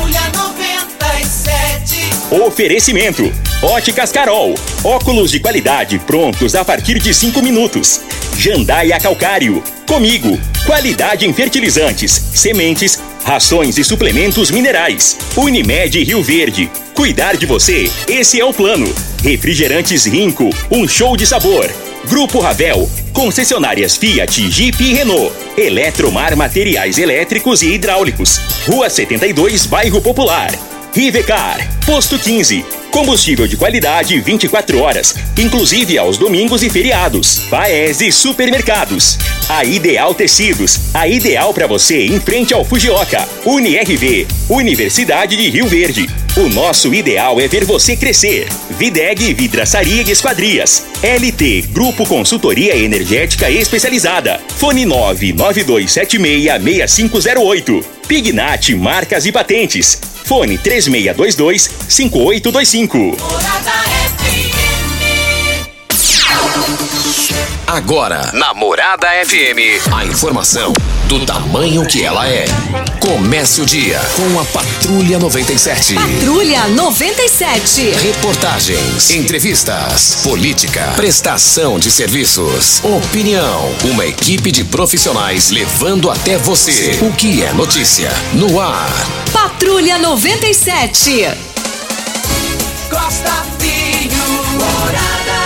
Patrulha 97. Oferecimento: Óticas Carol, óculos de qualidade prontos a partir de 5 minutos. Jandaia Calcário, Comigo, qualidade em fertilizantes, sementes, rações e suplementos minerais. Unimed Rio Verde, cuidar de você, esse é o plano. Refrigerantes Rinco, um show de sabor. Grupo Ravel, concessionárias Fiat, Jeep e Renault. Eletromar Materiais Elétricos e Hidráulicos. Rua 72, Bairro Popular. Rivecar, Posto 15. Combustível de qualidade 24 horas, inclusive aos domingos e feriados. Paese Supermercados. A Ideal Tecidos, a ideal para você em frente ao Fujioka. UniRV, Universidade de Rio Verde. O nosso ideal é ver você crescer. Videg Vidraçaria e Esquadrias. LT Grupo Consultoria Energética Especializada. Fone 992766508. Pignat Marcas e Patentes. Fone 3622-5825. Morada FM. Agora, na Morada FM, a informação do tamanho que ela é. Comece o dia com a Patrulha 97. Patrulha 97. Reportagens, entrevistas, política, prestação de serviços, opinião. Uma equipe de profissionais levando até você o que é notícia no ar. Patrulha 97. Costa Filho, Morada.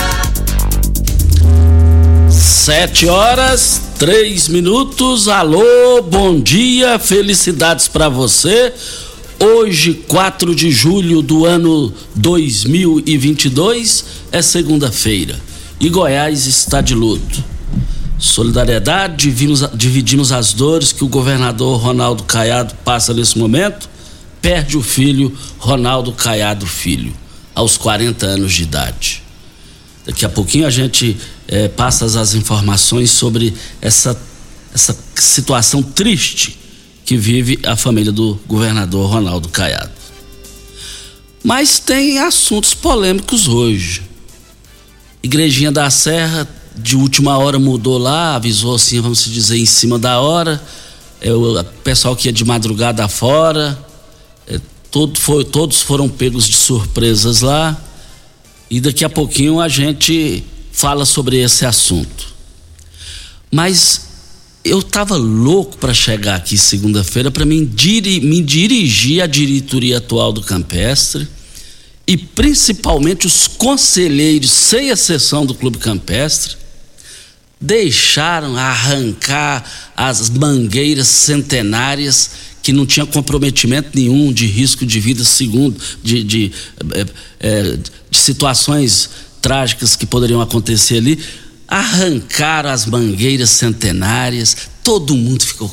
7h03. Alô, bom dia, felicidades pra você. Hoje, 4 de julho do ano 2022, é segunda-feira e Goiás está de luto. Solidariedade, dividimos as dores que o governador Ronaldo Caiado passa nesse momento. Perde o filho Ronaldo Caiado Filho, aos 40 anos de idade. Daqui a pouquinho a gente passa as informações sobre essa situação triste que vive a família do governador Ronaldo Caiado. Mas tem assuntos polêmicos hoje. Igrejinha da Serra, de última hora mudou lá, avisou assim, vamos dizer, em cima da hora. O pessoal que ia de madrugada fora, todos foram pegos de surpresas lá. E daqui a pouquinho a gente fala sobre esse assunto. Mas eu estava louco para chegar aqui segunda-feira para me dirigir à diretoria atual do Campestre e principalmente os conselheiros, sem exceção do Clube Campestre, deixaram arrancar as mangueiras centenárias que não tinha comprometimento nenhum de risco de vida, segundo de situações trágicas que poderiam acontecer ali. Arrancaram as mangueiras centenárias, todo mundo ficou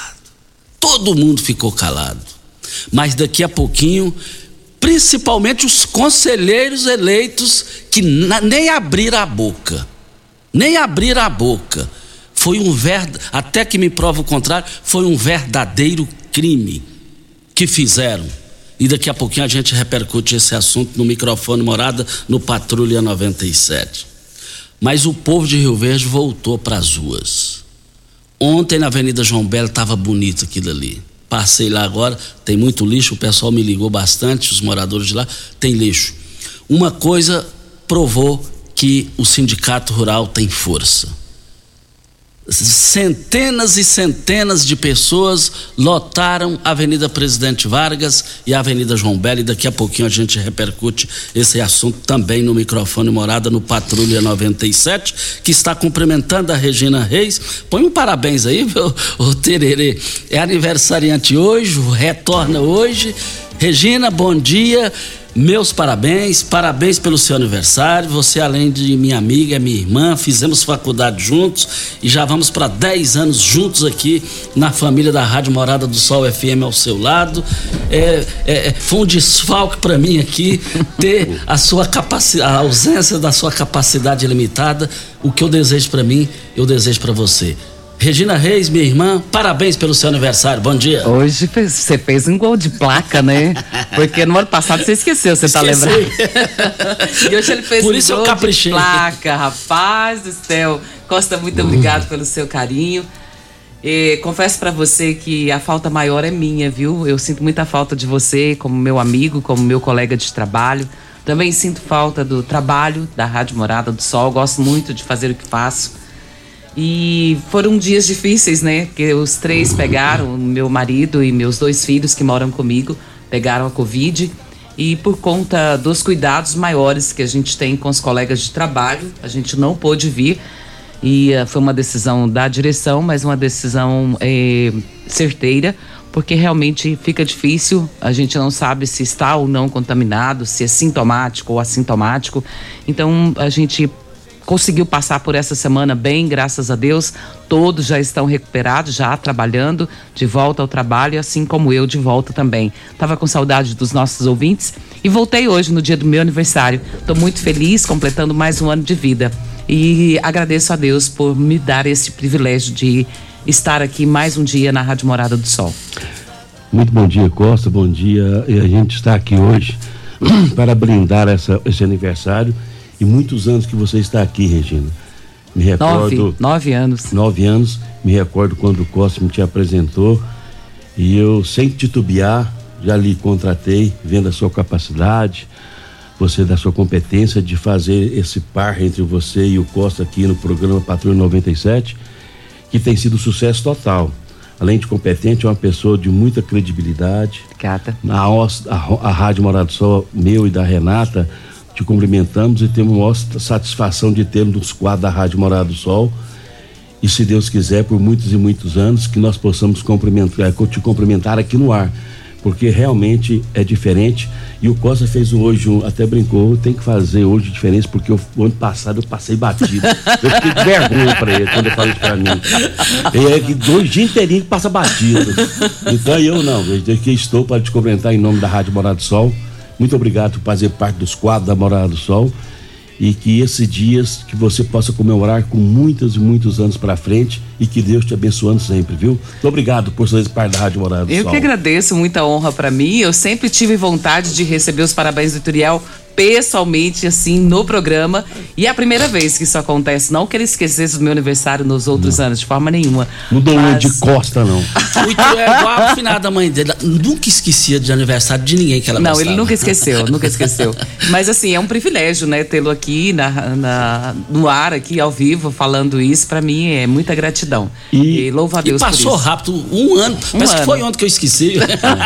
calado. Mas daqui a pouquinho, principalmente os conselheiros eleitos que nem abriram a boca. Foi até que me prova o contrário, foi um verdadeiro crime que fizeram. E daqui a pouquinho a gente repercute esse assunto no microfone Morada, no Patrulha 97. Mas o povo de Rio Verde voltou para as ruas. Ontem na Avenida João Belo estava bonito aquilo ali. Passei lá agora, tem muito lixo, o pessoal me ligou bastante, os moradores de lá, tem lixo. Uma coisa provou que o sindicato rural tem força. Centenas e centenas de pessoas lotaram a Avenida Presidente Vargas e a Avenida João Belo, e daqui a pouquinho a gente repercute esse assunto também no microfone Morada, no Patrulha 97, que está cumprimentando a Regina Reis. Põe um parabéns aí, o Tererê é aniversariante hoje, retorna hoje. Regina, bom dia. Meus parabéns pelo seu aniversário. Você, além de minha amiga, é minha irmã, fizemos faculdade juntos e já vamos para 10 anos juntos aqui na família da Rádio Morada do Sol FM ao seu lado. Foi um desfalque para mim aqui ter a ausência da sua capacidade limitada. O que eu desejo para mim, eu desejo para você. Regina Reis, minha irmã, parabéns pelo seu aniversário, bom dia. Hoje você fez um gol de placa, né? Porque no ano passado você esqueceu, você tá lembrando? E hoje ele fez Por isso gol eu caprichei. de placa, rapaz do céu. Costa, muito obrigado pelo seu carinho. Confesso pra você que a falta maior é minha, viu? Eu sinto muita falta de você como meu amigo, como meu colega de trabalho. Também sinto falta do trabalho da Rádio Morada do Sol. Gosto muito de fazer o que faço. E foram dias difíceis, né? Porque os 3 pegaram, meu marido e meus 2 filhos que moram comigo, pegaram a Covid. E por conta dos cuidados maiores que a gente tem com os colegas de trabalho, a gente não pôde vir. E foi uma decisão da direção, mas uma decisão certeira, porque realmente fica difícil, a gente não sabe se está ou não contaminado, se é sintomático ou assintomático. Então a gente conseguiu passar por essa semana bem, graças a Deus. Todos já estão recuperados, já trabalhando, de volta ao trabalho, assim como eu de volta também. Estava com saudade dos nossos ouvintes e voltei hoje no dia do meu aniversário. Estou muito feliz, completando mais um ano de vida. E agradeço a Deus por me dar esse privilégio de estar aqui mais um dia na Rádio Morada do Sol. Muito bom dia, Costa, bom dia. E a gente está aqui hoje para brindar esse aniversário e muitos anos que você está aqui, Regina. Me recordo... 9 anos. 9 anos, me recordo quando o Costa me te apresentou e eu, sem titubear, já lhe contratei, vendo a sua capacidade, você da sua competência de fazer esse par entre você e o Costa aqui no programa Patrulha 97, que tem sido um sucesso total. Além de competente, é uma pessoa de muita credibilidade. Obrigada. A Rádio Morada do Sol, meu e da Renata, te cumprimentamos e temos uma satisfação de termos nos quadros da Rádio Morada do Sol. E se Deus quiser, por muitos e muitos anos, que nós possamos te cumprimentar aqui no ar. Porque realmente é diferente. E o Costa fez hoje, até brincou, tem que fazer hoje diferença, porque o ano passado eu passei batido. Eu fiquei de vergonha pra ele quando ele falou isso pra mim. É que 2 dias inteirinhos passa batido. Então eu aqui estou para te cumprimentar em nome da Rádio Morada do Sol. Muito obrigado por fazer parte dos quadros da Morada do Sol. E que esses dias que você possa comemorar com muitos e muitos anos para frente e que Deus te abençoando sempre, viu? Muito obrigado por ser parte da Rádio Morada do Sol. Eu que agradeço, muita honra para mim. Eu sempre tive vontade de receber os parabéns do Ituriel pessoalmente, assim, no programa. E é a primeira vez que isso acontece. Não que ele esquecesse do meu aniversário nos outros anos, de forma nenhuma. Não dou de costa, não. O Ituriel é igual ao final da mãe dele. Nunca esquecia de aniversário de ninguém que ela gostava. Não, ele nunca esqueceu, nunca esqueceu. Mas assim, é um privilégio, né, tê-lo aqui no ar, aqui ao vivo, falando isso. Pra mim é muita gratidão. E louvo a Deus por isso. E passou rápido, um ano. Parece que foi ontem que eu esqueci.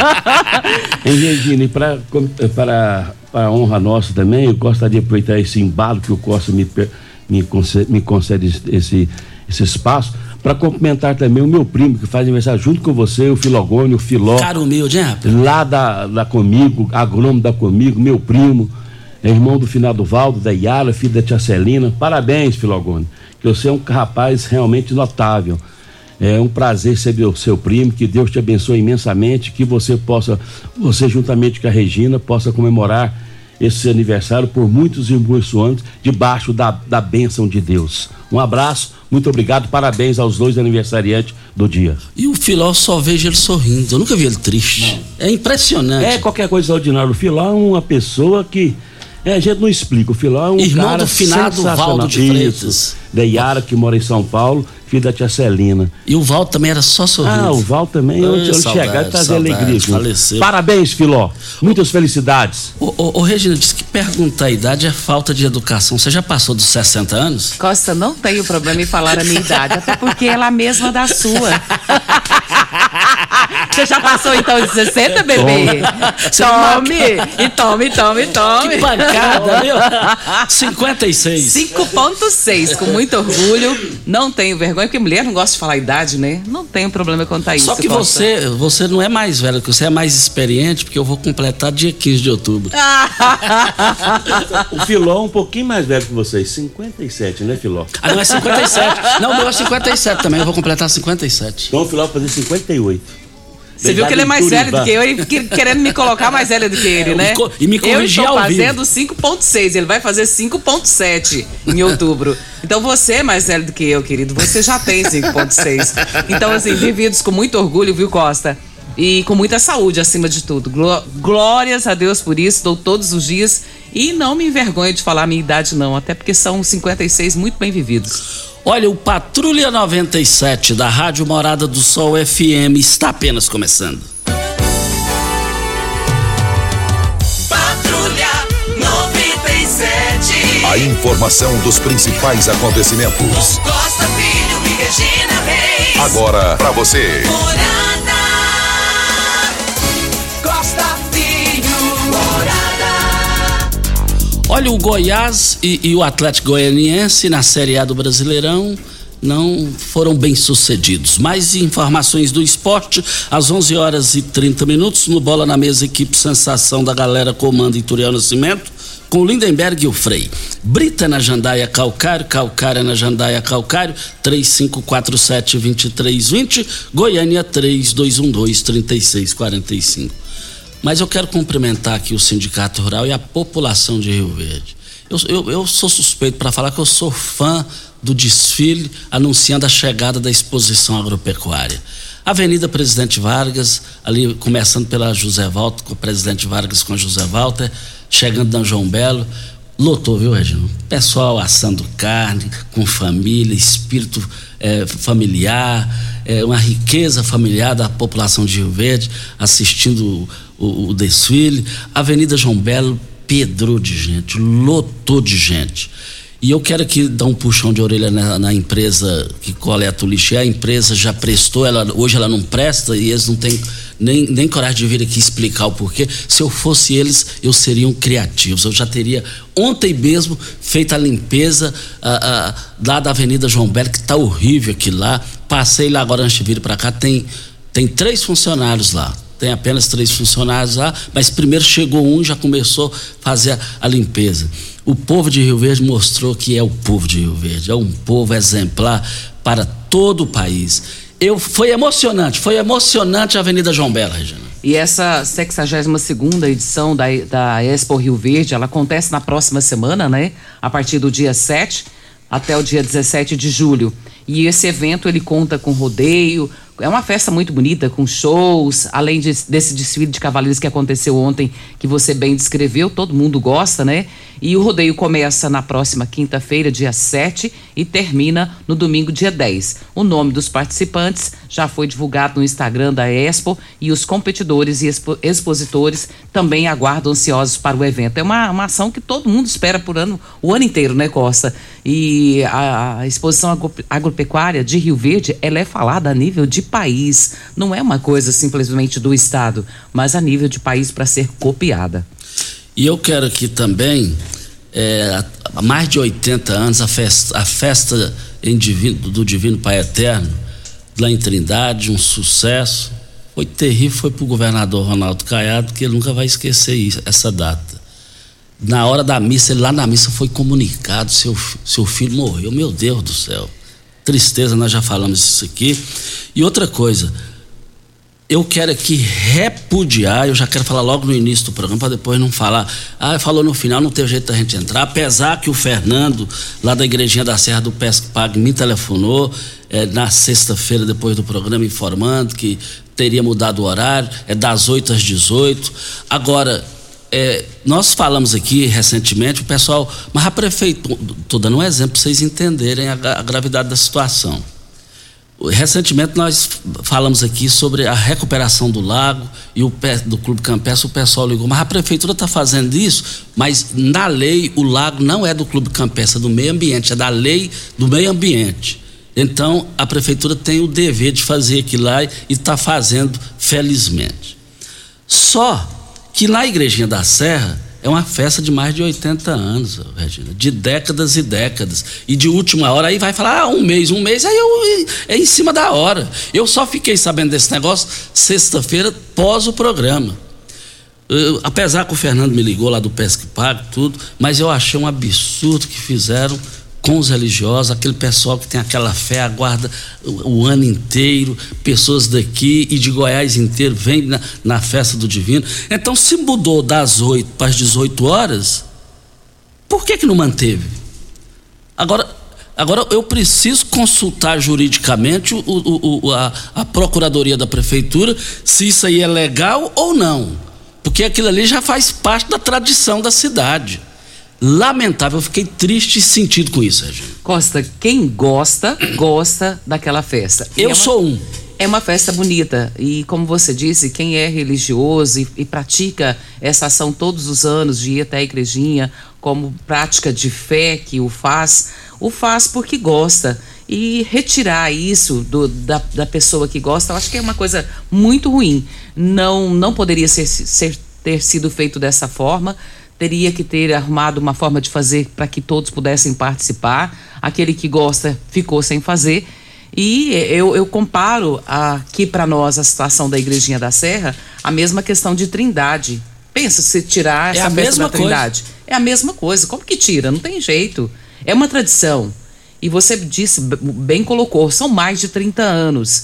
E Regina, e para a honra nossa também, eu gostaria de aproveitar esse embalo que o Costa me concede esse espaço para cumprimentar também o meu primo que faz aniversário junto com você, o Filogônio, o Filó. Cara humilde, hein, rapaz? Lá da Comigo, agrônomo da Comigo, meu primo, é irmão do finado Valdo, da Yara, filho da tia Celina. Parabéns, Filogônio, que você é um rapaz realmente notável. É um prazer ser seu primo, que Deus te abençoe imensamente, que você juntamente com a Regina, possa comemorar esse aniversário por muitos e muitos anos, debaixo da bênção de Deus. Um abraço, muito obrigado, parabéns aos 2 aniversariantes do dia. E o Filó, só vejo ele sorrindo, eu nunca vi ele triste. Não. É impressionante. É qualquer coisa ordinária. O Filó é uma pessoa que a gente não explica. O Filó é um irmão cara do finado Valdo de Freitas. Da Yara, que mora em São Paulo, filho da tia Celina. E o Valdo também era só sorrindo. O Valdo também, onde chegar e trazer alegria. Faleceu. Parabéns, Filó. Muitas felicidades. Ô Regina, disse que perguntar a idade é falta de educação. Você já passou dos 60 anos? Costa, não tenho problema em falar a minha idade, até porque ela mesma da sua. Você já passou então de 60, bebê? Tome. Que pancada, viu? 56. 5.6, com muito orgulho. Não tenho vergonha, porque mulher não gosta de falar a idade, né? Não tenho problema quanto a isso. Só que você não é mais velho, que você é mais experiente, porque eu vou completar dia 15 de outubro. O Filó é um pouquinho mais velho que vocês, 57, né, Filó? Não, é 57. Não, o meu é 57 também, eu vou completar 57. Então o Filó vai fazer 58. Você viu que ele é mais velho do que eu e querendo me colocar mais velho do que ele, né? E me corrigir ao vivo. Eu estou fazendo 5.6, ele vai fazer 5.7 em outubro. Então você é mais velho do que eu, querido. Você já tem 5.6. Então, assim, vividos com muito orgulho, viu, Costa? E com muita saúde, acima de tudo. Glórias a Deus por isso, dou todos os dias. E não me envergonho de falar a minha idade, não. Até porque são 56 muito bem vividos. Olha, o Patrulha 97 da Rádio Morada do Sol FM está apenas começando. Patrulha 97. A informação dos principais acontecimentos. Costa Filho e Regina Reis. Agora pra você. Morada. Costa Filho, Morada. Olha, o Goiás e o Atlético Goianiense na Série A do Brasileirão não foram bem sucedidos. Mais informações do esporte às 11h30 no Bola na Mesa, equipe Sensação da Galera comanda Ituriel Nascimento com Lindenberg e o Frei. Brita na Jandaia Calcário, Calcária na Jandaia Calcário, 3547-2320, Goiânia 3212-3645. Mas eu quero cumprimentar aqui o Sindicato Rural e a população de Rio Verde. Eu sou suspeito para falar que eu sou fã do desfile anunciando a chegada da exposição agropecuária. Avenida Presidente Vargas, ali começando pela José Walter, com o Presidente Vargas com a José Walter, chegando na João Belo, lotou, viu, Regina? Pessoal assando carne, com família, espírito familiar, uma riqueza familiar da população de Rio Verde, assistindo o desfile. Avenida João Belo pedrou de gente, lotou de gente. E eu quero aqui dar um puxão de orelha na empresa que coleta o lixo. A empresa já prestou, hoje ela não presta e eles não têm nem coragem de vir aqui explicar o porquê. Se eu fosse eles, eu seriam criativos. Eu já teria ontem mesmo feito a limpeza lá da Avenida João Belo, que está horrível aqui lá. Passei lá agora antes de vir para cá, tem 3 funcionários lá. Tem apenas 3 funcionários lá, mas primeiro chegou um e já começou a fazer a limpeza. O povo de Rio Verde mostrou que é o povo de Rio Verde, é um povo exemplar para todo o país. Foi emocionante a Avenida João Belo, Regina. E essa 62ª edição da Expo Rio Verde, ela acontece na próxima semana, né? A partir do dia 7 até o dia 17 de julho. E esse evento, ele conta com rodeio. É uma festa muito bonita, com shows, além desse desfile de cavaleiros que aconteceu ontem, que você bem descreveu, todo mundo gosta, né? E o rodeio começa na próxima quinta-feira, dia 7, e termina no domingo, dia 10. O nome dos participantes já foi divulgado no Instagram da Expo e os competidores e expositores também aguardam ansiosos para o evento. É uma ação que todo mundo espera o ano inteiro, né, Costa? E a exposição agropecuária de Rio Verde, ela é falada a nível de país. Não é uma coisa simplesmente do estado, mas a nível de país para ser copiada. E eu quero aqui também, há mais de 80 anos, a festa do Divino Pai Eterno, lá em Trindade, um sucesso. Foi terrível, foi para o governador Ronaldo Caiado, que ele nunca vai esquecer essa data. Na hora da missa, lá na missa foi comunicado, seu filho morreu. Meu Deus do céu. Tristeza, nós já falamos isso aqui. E outra coisa, eu quero aqui repudiar, eu já quero falar logo no início do programa, para depois não falar, falou no final, não teve jeito da gente entrar, apesar que o Fernando, lá da Igrejinha da Serra do Pesque Pague, me telefonou na sexta-feira, depois do programa, informando que teria mudado o horário, das 8 às 18. Agora, nós falamos aqui recentemente, o pessoal, mas a prefeitura, estou dando um exemplo para vocês entenderem a gravidade da situação. Recentemente nós falamos aqui sobre a recuperação do lago e do Clube Campestre, o pessoal ligou, mas a prefeitura está fazendo isso, mas na lei o lago não é do Clube Campestre, é do meio ambiente, é da lei do meio ambiente. Então a prefeitura tem o dever de fazer aquilo lá e está fazendo, felizmente. Só que na Igrejinha da Serra é uma festa de mais de 80 anos, Regina, de décadas e décadas. E de última hora, aí vai falar, um mês, aí é em cima da hora. Eu só fiquei sabendo desse negócio sexta-feira, pós o programa. Apesar que o Fernando me ligou lá do Pesque Pague, tudo, mas eu achei um absurdo que fizeram com os religiosos, aquele pessoal que tem aquela fé, aguarda o ano inteiro, pessoas daqui e de Goiás inteiro vêm na festa do Divino. Então, se mudou das 8 para as 18 horas, por que não manteve? Agora eu preciso consultar juridicamente a Procuradoria da Prefeitura se isso aí é legal ou não, porque aquilo ali já faz parte da tradição da cidade. lamentável. Eu fiquei triste e sentido com isso, Regina. Costa, quem gosta daquela festa. Eu sou um. É uma festa bonita e, como você disse, quem é religioso e pratica essa ação todos os anos de ir até a igrejinha como prática de fé que o faz porque gosta. E retirar isso da pessoa que gosta, eu acho que é uma coisa muito ruim. Não poderia ter sido feito dessa forma. Teria que ter arrumado uma forma de fazer para que todos pudessem participar. Aquele que gosta ficou sem fazer. E eu comparo aqui para nós a situação da Igrejinha da Serra, a mesma questão de Trindade. Pensa se tirar essa festa da Trindade. É a mesma coisa. Como que tira? Não tem jeito. É uma tradição. E você disse, bem colocou, são mais de 30 anos.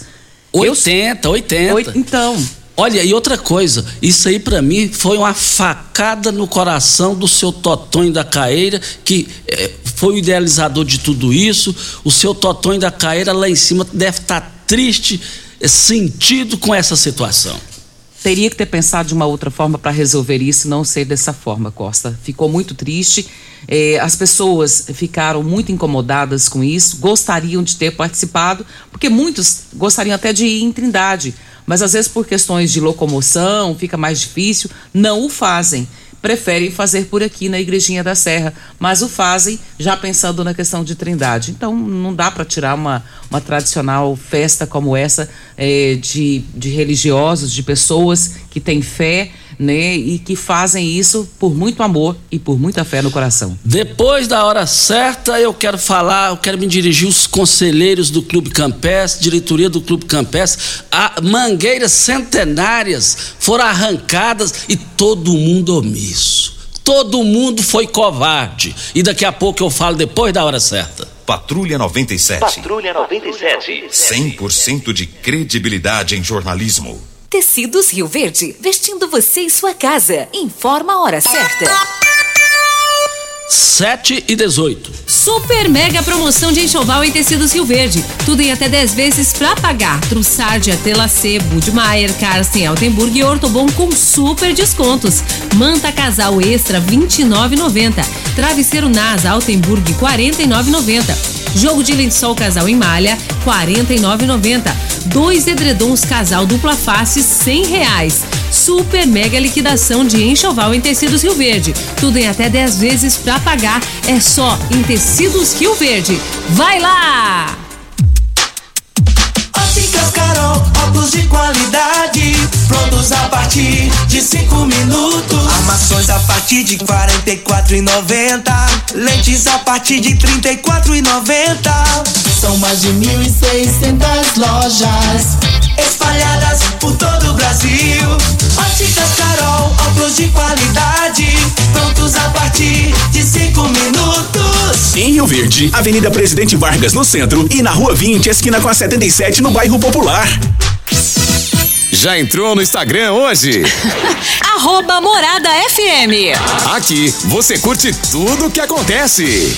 80. Então... Olha, e outra coisa, isso aí pra mim foi uma facada no coração do seu Totonho da Caeira, que foi o idealizador de tudo isso. O seu Totonho da Caeira lá em cima deve estar triste, sentido com essa situação. Teria que ter pensado de uma outra forma para resolver isso, não ser dessa forma, Costa. Ficou muito triste. As pessoas ficaram muito incomodadas com isso, gostariam de ter participado, porque muitos gostariam até de ir em Trindade, mas às vezes por questões de locomoção fica mais difícil, não o fazem. Preferem fazer por aqui na Igrejinha da Serra, mas o fazem já pensando na questão de Trindade. Então não dá para tirar uma tradicional festa como essa de religiosos, de pessoas que têm fé, né, e que fazem isso por muito amor e por muita fé no coração. Depois da hora certa, eu quero me dirigir aos conselheiros do Clube Campestre, diretoria do Clube Campestre. Mangueiras centenárias foram arrancadas e todo mundo omisso. Todo mundo foi covarde. E daqui a pouco eu falo depois da hora certa. Patrulha 97. Patrulha 97. 100% de credibilidade em jornalismo. Tecidos Rio Verde, vestindo você e sua casa. Informa a hora certa. 7h18. Super mega promoção de enxoval em Tecidos Rio Verde. Tudo em até 10 vezes pra pagar. Trussardi, Telacê, Budmeier, Karsten, Altenburg e Ortobon com super descontos. Manta casal extra R$29,90. Travesseiro NASA Altenburg R$49,90. Jogo de lençol casal em malha R$49,90. 2 edredons casal dupla face R$100. Super mega liquidação de enxoval em Tecidos Rio Verde. Tudo em até 10 vezes pra pagar. É só em Tecidos Rio Verde. Vai lá! Óticas Carol, óculos de qualidade, prontos a partir de 5 minutos. Armações a partir de R$44,90. Lentes a partir de R$34,90. São mais de 1.600 lojas espalhadas por todo o Brasil. Óticas Carol, óculos de qualidade, prontos a partir de 5 minutos. Em Rio Verde, Avenida Presidente Vargas no centro e na Rua 20, esquina com a 77 no bairro Popular. Já entrou no Instagram hoje? @Morada FM. Aqui você curte tudo o que acontece.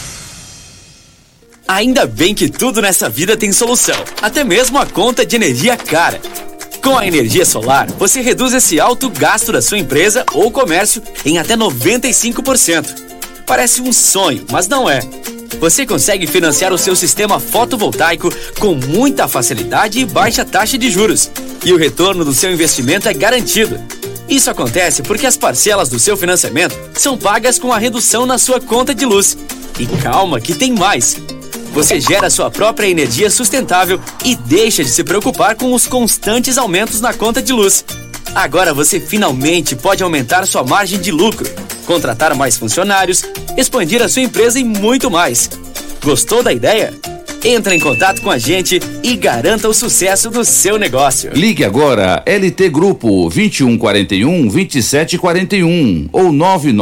Ainda bem que tudo nessa vida tem solução, até mesmo a conta de energia cara. Com a energia solar, você reduz esse alto gasto da sua empresa ou comércio em até 95%. Parece um sonho, mas não é. Você consegue financiar o seu sistema fotovoltaico com muita facilidade e baixa taxa de juros. E o retorno do seu investimento é garantido. Isso acontece porque as parcelas do seu financiamento são pagas com a redução na sua conta de luz. E calma que tem mais. Você gera sua própria energia sustentável e deixa de se preocupar com os constantes aumentos na conta de luz. Agora você finalmente pode aumentar sua margem de lucro, contratar mais funcionários, expandir a sua empresa e muito mais. Gostou da ideia? Entre em contato com a gente e garanta o sucesso do seu negócio. Ligue agora LT Grupo 2141-2741 ou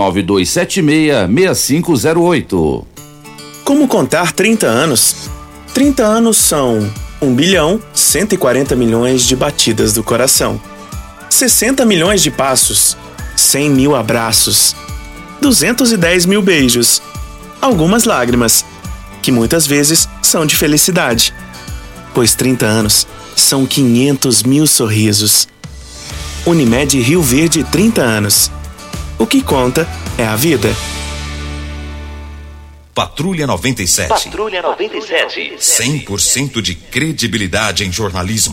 99276-6508. Como contar 30 anos? 30 anos são 1.140 milhões de batidas do coração, 60 milhões de passos, 100 mil abraços, 210 mil beijos, algumas lágrimas, que muitas vezes são de felicidade, pois 30 anos são 500 mil sorrisos. Unimed Rio Verde, 30 anos. O que conta é a vida. Patrulha 97. Patrulha 97. 100% de credibilidade em jornalismo.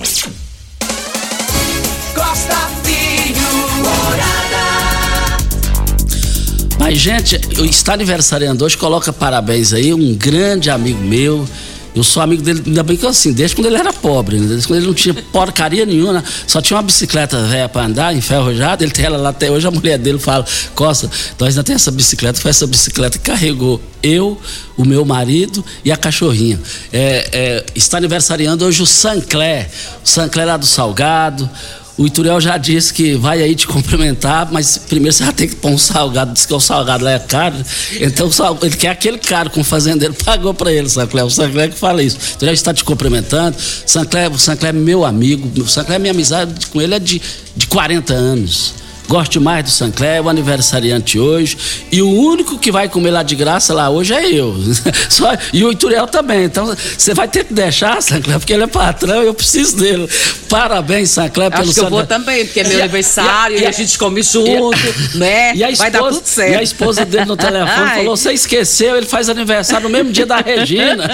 Costa Filho, Morada. Mas, gente, está aniversariando hoje, coloca parabéns aí, um grande amigo meu. Eu sou amigo dele, ainda bem que assim, desde quando ele era pobre, né? Desde quando ele não tinha porcaria nenhuma, só tinha uma bicicleta velha pra andar, enferrujada, ele tem ela lá até hoje, a mulher dele fala, Costa, nós ainda tem essa bicicleta, foi essa bicicleta que carregou eu, o meu marido e a cachorrinha. Está aniversariando hoje o Sancler lá do Salgado. O Ituriel já disse que vai aí te cumprimentar, mas primeiro você vai ter que pôr um salgado, diz que o salgado lá é caro, então ele quer aquele caro que o fazendeiro pagou pra ele, Sancler. O Sancler que fala isso. O Ituriel está te cumprimentando. O Sancler é meu amigo, o Sancler, minha amizade com ele é de 40 anos. Gosto demais do Sancler, é o aniversariante hoje. E o único que vai comer lá de graça lá hoje é eu. E o Ituriel também. Então você vai ter que deixar, Sancler, porque ele é patrão e eu preciso dele. Parabéns, Sancler, pelo seu. Acho que eu vou também, porque é meu aniversário e a gente come junto, né? Vai dar tudo certo. E a esposa dele no telefone falou: você esqueceu, ele faz aniversário no mesmo dia da Regina.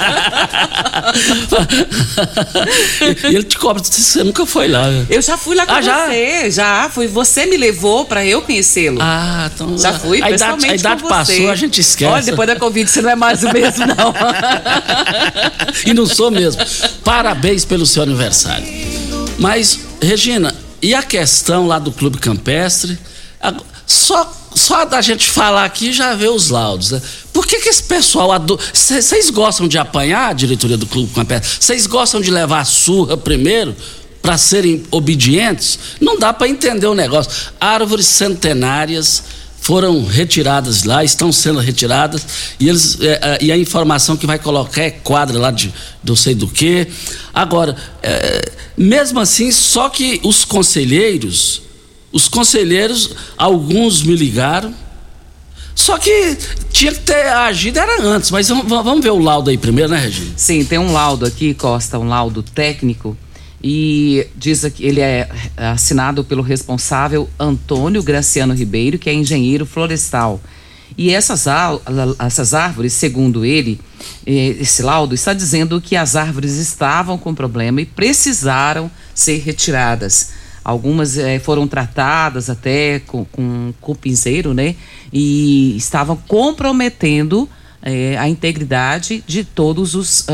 E ele te cobra, você nunca foi lá. Eu já fui lá com você, já fui. Você me levou pra eu conhecê-lo. Então já fui pessoalmente. A idade com você. Passou, a gente esquece. Olha, depois da Covid você não é mais o mesmo, não. E não sou mesmo. Parabéns pelo seu aniversário. Mas, Regina, e a questão lá do Clube Campestre? Só da gente falar aqui já vê os laudos, né? Por que esse pessoal vocês gostam de apanhar a diretoria do Clube Campestre? Vocês gostam de levar a surra primeiro para serem obedientes? Não dá para entender o negócio. Árvores centenárias foram retiradas lá, estão sendo retiradas, e a informação que vai colocar é quadra lá de não sei do que. Agora, mesmo assim, só que os conselheiros, alguns me ligaram, só que tinha que ter agido era antes, mas vamos ver o laudo aí primeiro, né, Regina? Sim, tem um laudo aqui, Costa, um laudo técnico, e diz que ele é assinado pelo responsável Antônio Graciano Ribeiro, que é engenheiro florestal. E essas árvores, segundo ele, esse laudo está dizendo que as árvores estavam com problema e precisaram ser retiradas. Algumas foram tratadas até com cupinzeiro, né? E estavam comprometendo a integridade de todos os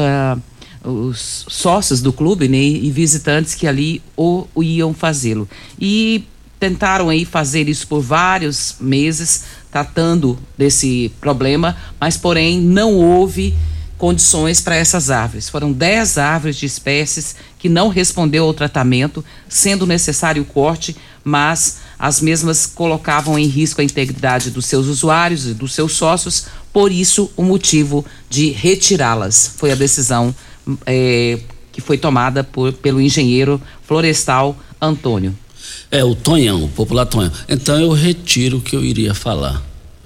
sócios do clube, né, e visitantes que ali iam fazê-lo. E tentaram aí fazer isso por vários meses, tratando desse problema, mas porém não houve condições para essas árvores. Foram 10 árvores de espécies que não respondeu ao tratamento, sendo necessário o corte, mas as mesmas colocavam em risco a integridade dos seus usuários e dos seus sócios, por isso o motivo de retirá-las. Foi a decisão que foi tomada pelo engenheiro florestal Antônio. O Tonhão, o popular Tonhão. Então eu retiro o que eu iria falar.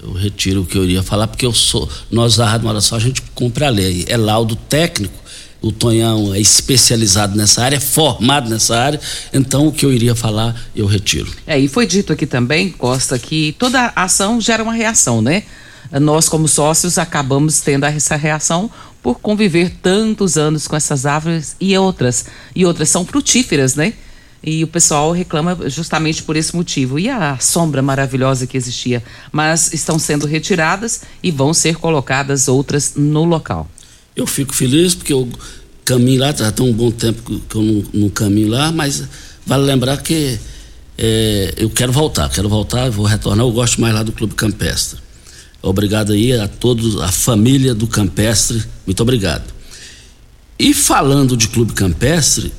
Porque nós da Rádio Morada do Sol, a gente cumpre a lei. É laudo técnico. O Tonhão é especializado nessa área, é formado nessa área. Então o que eu iria falar, eu retiro. E foi dito aqui também, Costa, que toda ação gera uma reação, né? Nós, como sócios, acabamos tendo essa reação por conviver tantos anos com essas árvores e outras são frutíferas, né? E o pessoal reclama justamente por esse motivo. E a sombra maravilhosa que existia, mas estão sendo retiradas e vão ser colocadas outras no local. Eu fico feliz porque eu caminho lá, já tem um bom tempo que eu não caminho lá, mas vale lembrar que eu quero voltar, vou retornar, eu gosto mais lá do Clube Campestre. Obrigado aí a todos, a família do Campestre, muito obrigado. E falando de Clube Campestre,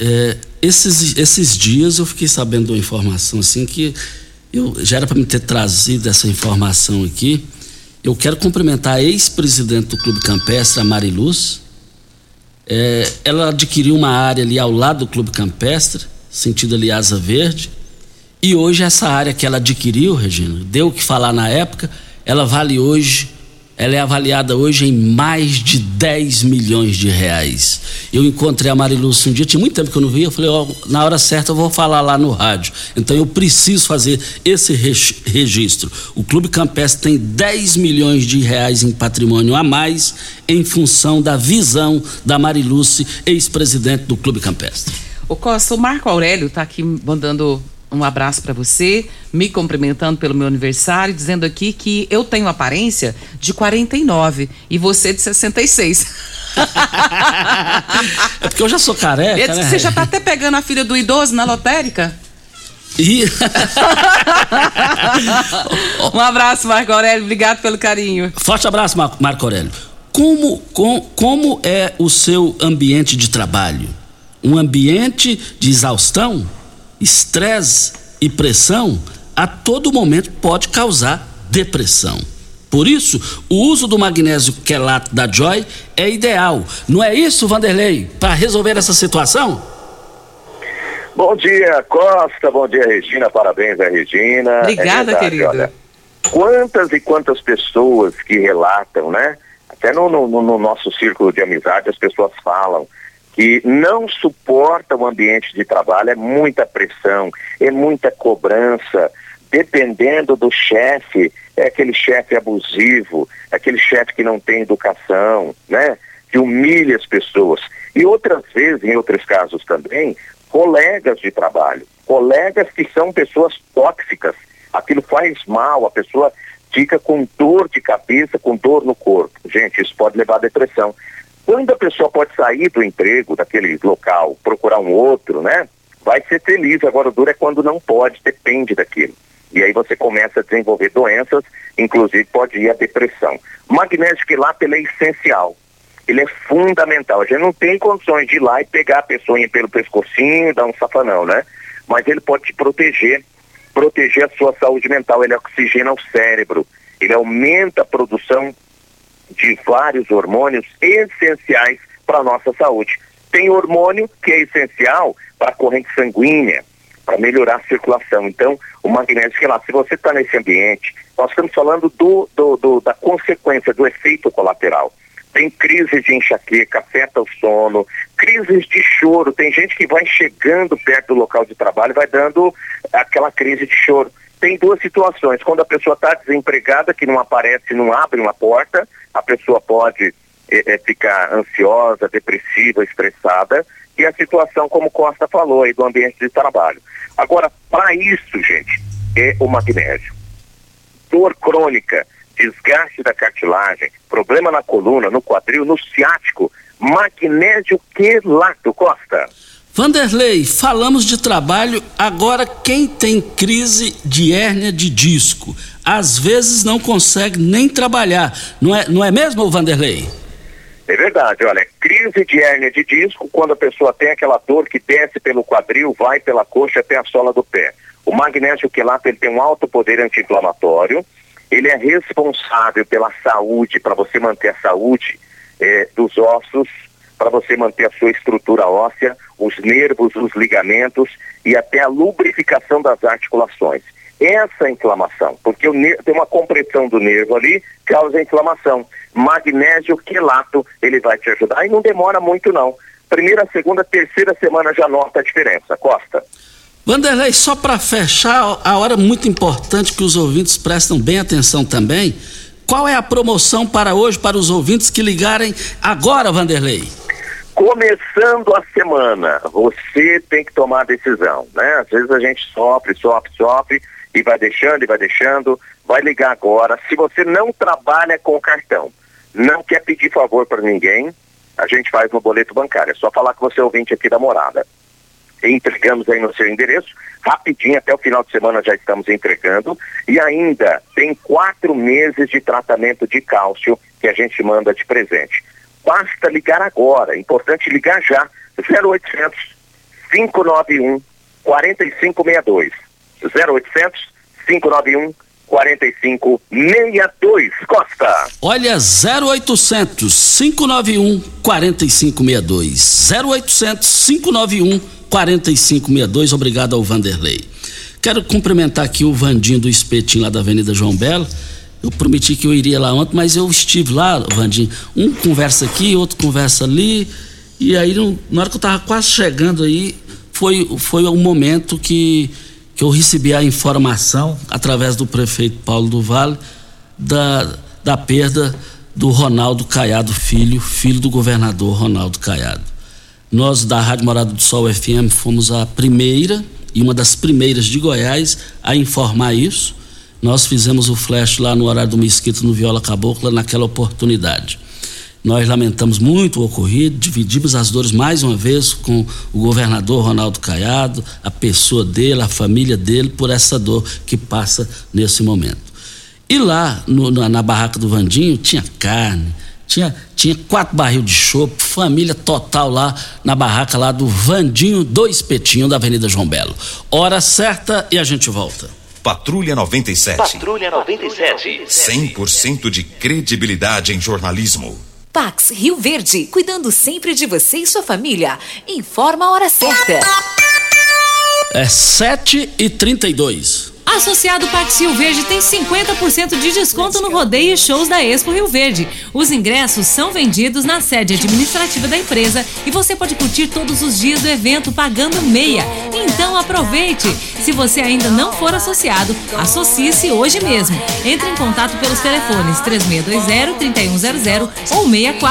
esses dias eu fiquei sabendo de uma informação assim que já era para me ter trazido essa informação aqui. Eu quero cumprimentar a ex-presidente do Clube Campestre, a Mariluz. Ela adquiriu uma área ali ao lado do Clube Campestre, sentido ali Asa Verde, e hoje essa área que ela adquiriu, Regina, deu o que falar na época, ela vale hoje ela é avaliada hoje em mais de 10 milhões de reais. Eu encontrei a Marilúcia um dia, tinha muito tempo que eu não via, eu falei, na hora certa eu vou falar lá no rádio. Então eu preciso fazer esse registro. O Clube Campestre tem 10 milhões de reais em patrimônio a mais em função da visão da Marilúcia, ex-presidente do Clube Campestre. Ô Costa, o Marco Aurélio tá aqui mandando um abraço para você, me cumprimentando pelo meu aniversário, dizendo aqui que eu tenho aparência de 49 e você de 66. É porque eu já sou careca, né? Você já tá até pegando a filha do idoso na lotérica? Um abraço, Marco Aurélio, obrigado pelo carinho. Forte abraço, Marco Aurélio. Como é o seu ambiente de trabalho? Um ambiente de exaustão, estresse e pressão a todo momento pode causar depressão. Por isso, o uso do magnésio quelato da Joy é ideal. Não é isso, Vanderlei, para resolver essa situação? Bom dia, Costa. Bom dia, Regina. Parabéns, Regina. Obrigada, querido. Olha, quantas e quantas pessoas que relatam, né? Até no nosso círculo de amizade as pessoas falam que não suportam o ambiente de trabalho, é muita pressão, é muita cobrança, dependendo do chefe, é aquele chefe abusivo, é aquele chefe que não tem educação, né? Que humilha as pessoas. E outras vezes, em outros casos também, colegas de trabalho, colegas que são pessoas tóxicas, aquilo faz mal, a pessoa fica com dor de cabeça, com dor no corpo. Gente, isso pode levar à depressão. Quando a pessoa pode sair do emprego, daquele local, procurar um outro, né? Vai ser feliz. Agora o duro é quando não pode, depende daquilo. E aí você começa a desenvolver doenças, inclusive pode ir à depressão. O magnésio quelato, ele é essencial. Ele é fundamental. A gente não tem condições de ir lá e pegar a pessoa pelo pescocinho e dar um safanão, né? Mas ele pode te proteger a sua saúde mental. Ele oxigena o cérebro. Ele aumenta a produção de vários hormônios essenciais para a nossa saúde. Tem hormônio que é essencial para a corrente sanguínea, para melhorar a circulação. Então, o magnésio quelato, se você está nesse ambiente, nós estamos falando da consequência, do efeito colateral. Tem crises de enxaqueca, afeta o sono, crises de choro. Tem gente que vai chegando perto do local de trabalho e vai dando aquela crise de choro. Tem duas situações. Quando a pessoa está desempregada, que não aparece, não abre uma porta, a pessoa pode ficar ansiosa, depressiva, estressada. E a situação, como Costa falou, aí, do ambiente de trabalho. Agora, para isso, gente, é o magnésio. Dor crônica, desgaste da cartilagem, problema na coluna, no quadril, no ciático, magnésio quelato, Costa. Vanderlei, falamos de trabalho, agora quem tem crise de hérnia de disco, às vezes não consegue nem trabalhar, não é mesmo, Vanderlei? É verdade, olha, crise de hérnia de disco, quando a pessoa tem aquela dor que desce pelo quadril, vai pela coxa até a sola do pé. O magnésio quelato, ele tem um alto poder anti-inflamatório, ele é responsável pela saúde, para você manter a saúde dos ossos, para você manter a sua estrutura óssea, os nervos, os ligamentos e até a lubrificação das articulações. Essa inflamação, porque tem uma compressão do nervo ali, causa inflamação. Magnésio quelato, ele vai te ajudar e não demora muito não. Primeira, segunda, terceira semana já nota a diferença. Costa. Vanderlei, só para fechar, a hora muito importante que os ouvintes prestam bem atenção também, qual é a promoção para hoje, para os ouvintes que ligarem agora, Vanderlei? Começando a semana, você tem que tomar a decisão, né? Às vezes a gente sofre e vai deixando, vai ligar agora. Se você não trabalha com cartão, não quer pedir favor para ninguém, a gente faz no boleto bancário. É só falar que você é ouvinte aqui da Morada. Entregamos aí no seu endereço, rapidinho, até o final de semana já estamos entregando, e ainda tem 4 meses de tratamento de cálcio que a gente manda de presente. Basta ligar agora, é importante ligar já, 0800 591 4562, 0800 591 4562, Costa. Olha, 0800 591 4562, 0800 591 4562, obrigado ao Vanderlei. Quero cumprimentar aqui o Vandinho do Espetinho lá da Avenida João Belo. Eu prometi que eu iria lá ontem, mas eu estive lá, Vandinho. Um conversa aqui, outro conversa ali. E aí, na hora que eu estava quase chegando aí, foi o momento que eu recebi a informação, através do prefeito Paulo do Vale, da perda do Ronaldo Caiado filho do governador Ronaldo Caiado. Nós, da Rádio Morada do Sol FM, fomos a primeira e uma das primeiras de Goiás a informar isso. Nós fizemos o flash lá no horário do Mesquita, no Viola Cabocla, naquela oportunidade. Nós lamentamos muito o ocorrido, dividimos as dores mais uma vez com o governador Ronaldo Caiado, a pessoa dele, a família dele, por essa dor que passa nesse momento. E lá na barraca do Vandinho tinha carne, tinha 4 barril de chopp, família total lá na barraca lá do Vandinho do Espetinho, da Avenida João Belo. Hora certa e a gente volta. Patrulha 97. Patrulha 97. 100% de credibilidade em jornalismo. Pax Rio Verde, cuidando sempre de você e sua família. Informa a hora certa. É 7h32. Associado Pax Rio Verde tem 50% de desconto no rodeio e shows da Expo Rio Verde. Os ingressos são vendidos na sede administrativa da empresa e você pode curtir todos os dias do evento pagando meia. Então aproveite! Se você ainda não for associado, associe-se hoje mesmo. Entre em contato pelos telefones 3620-3100 ou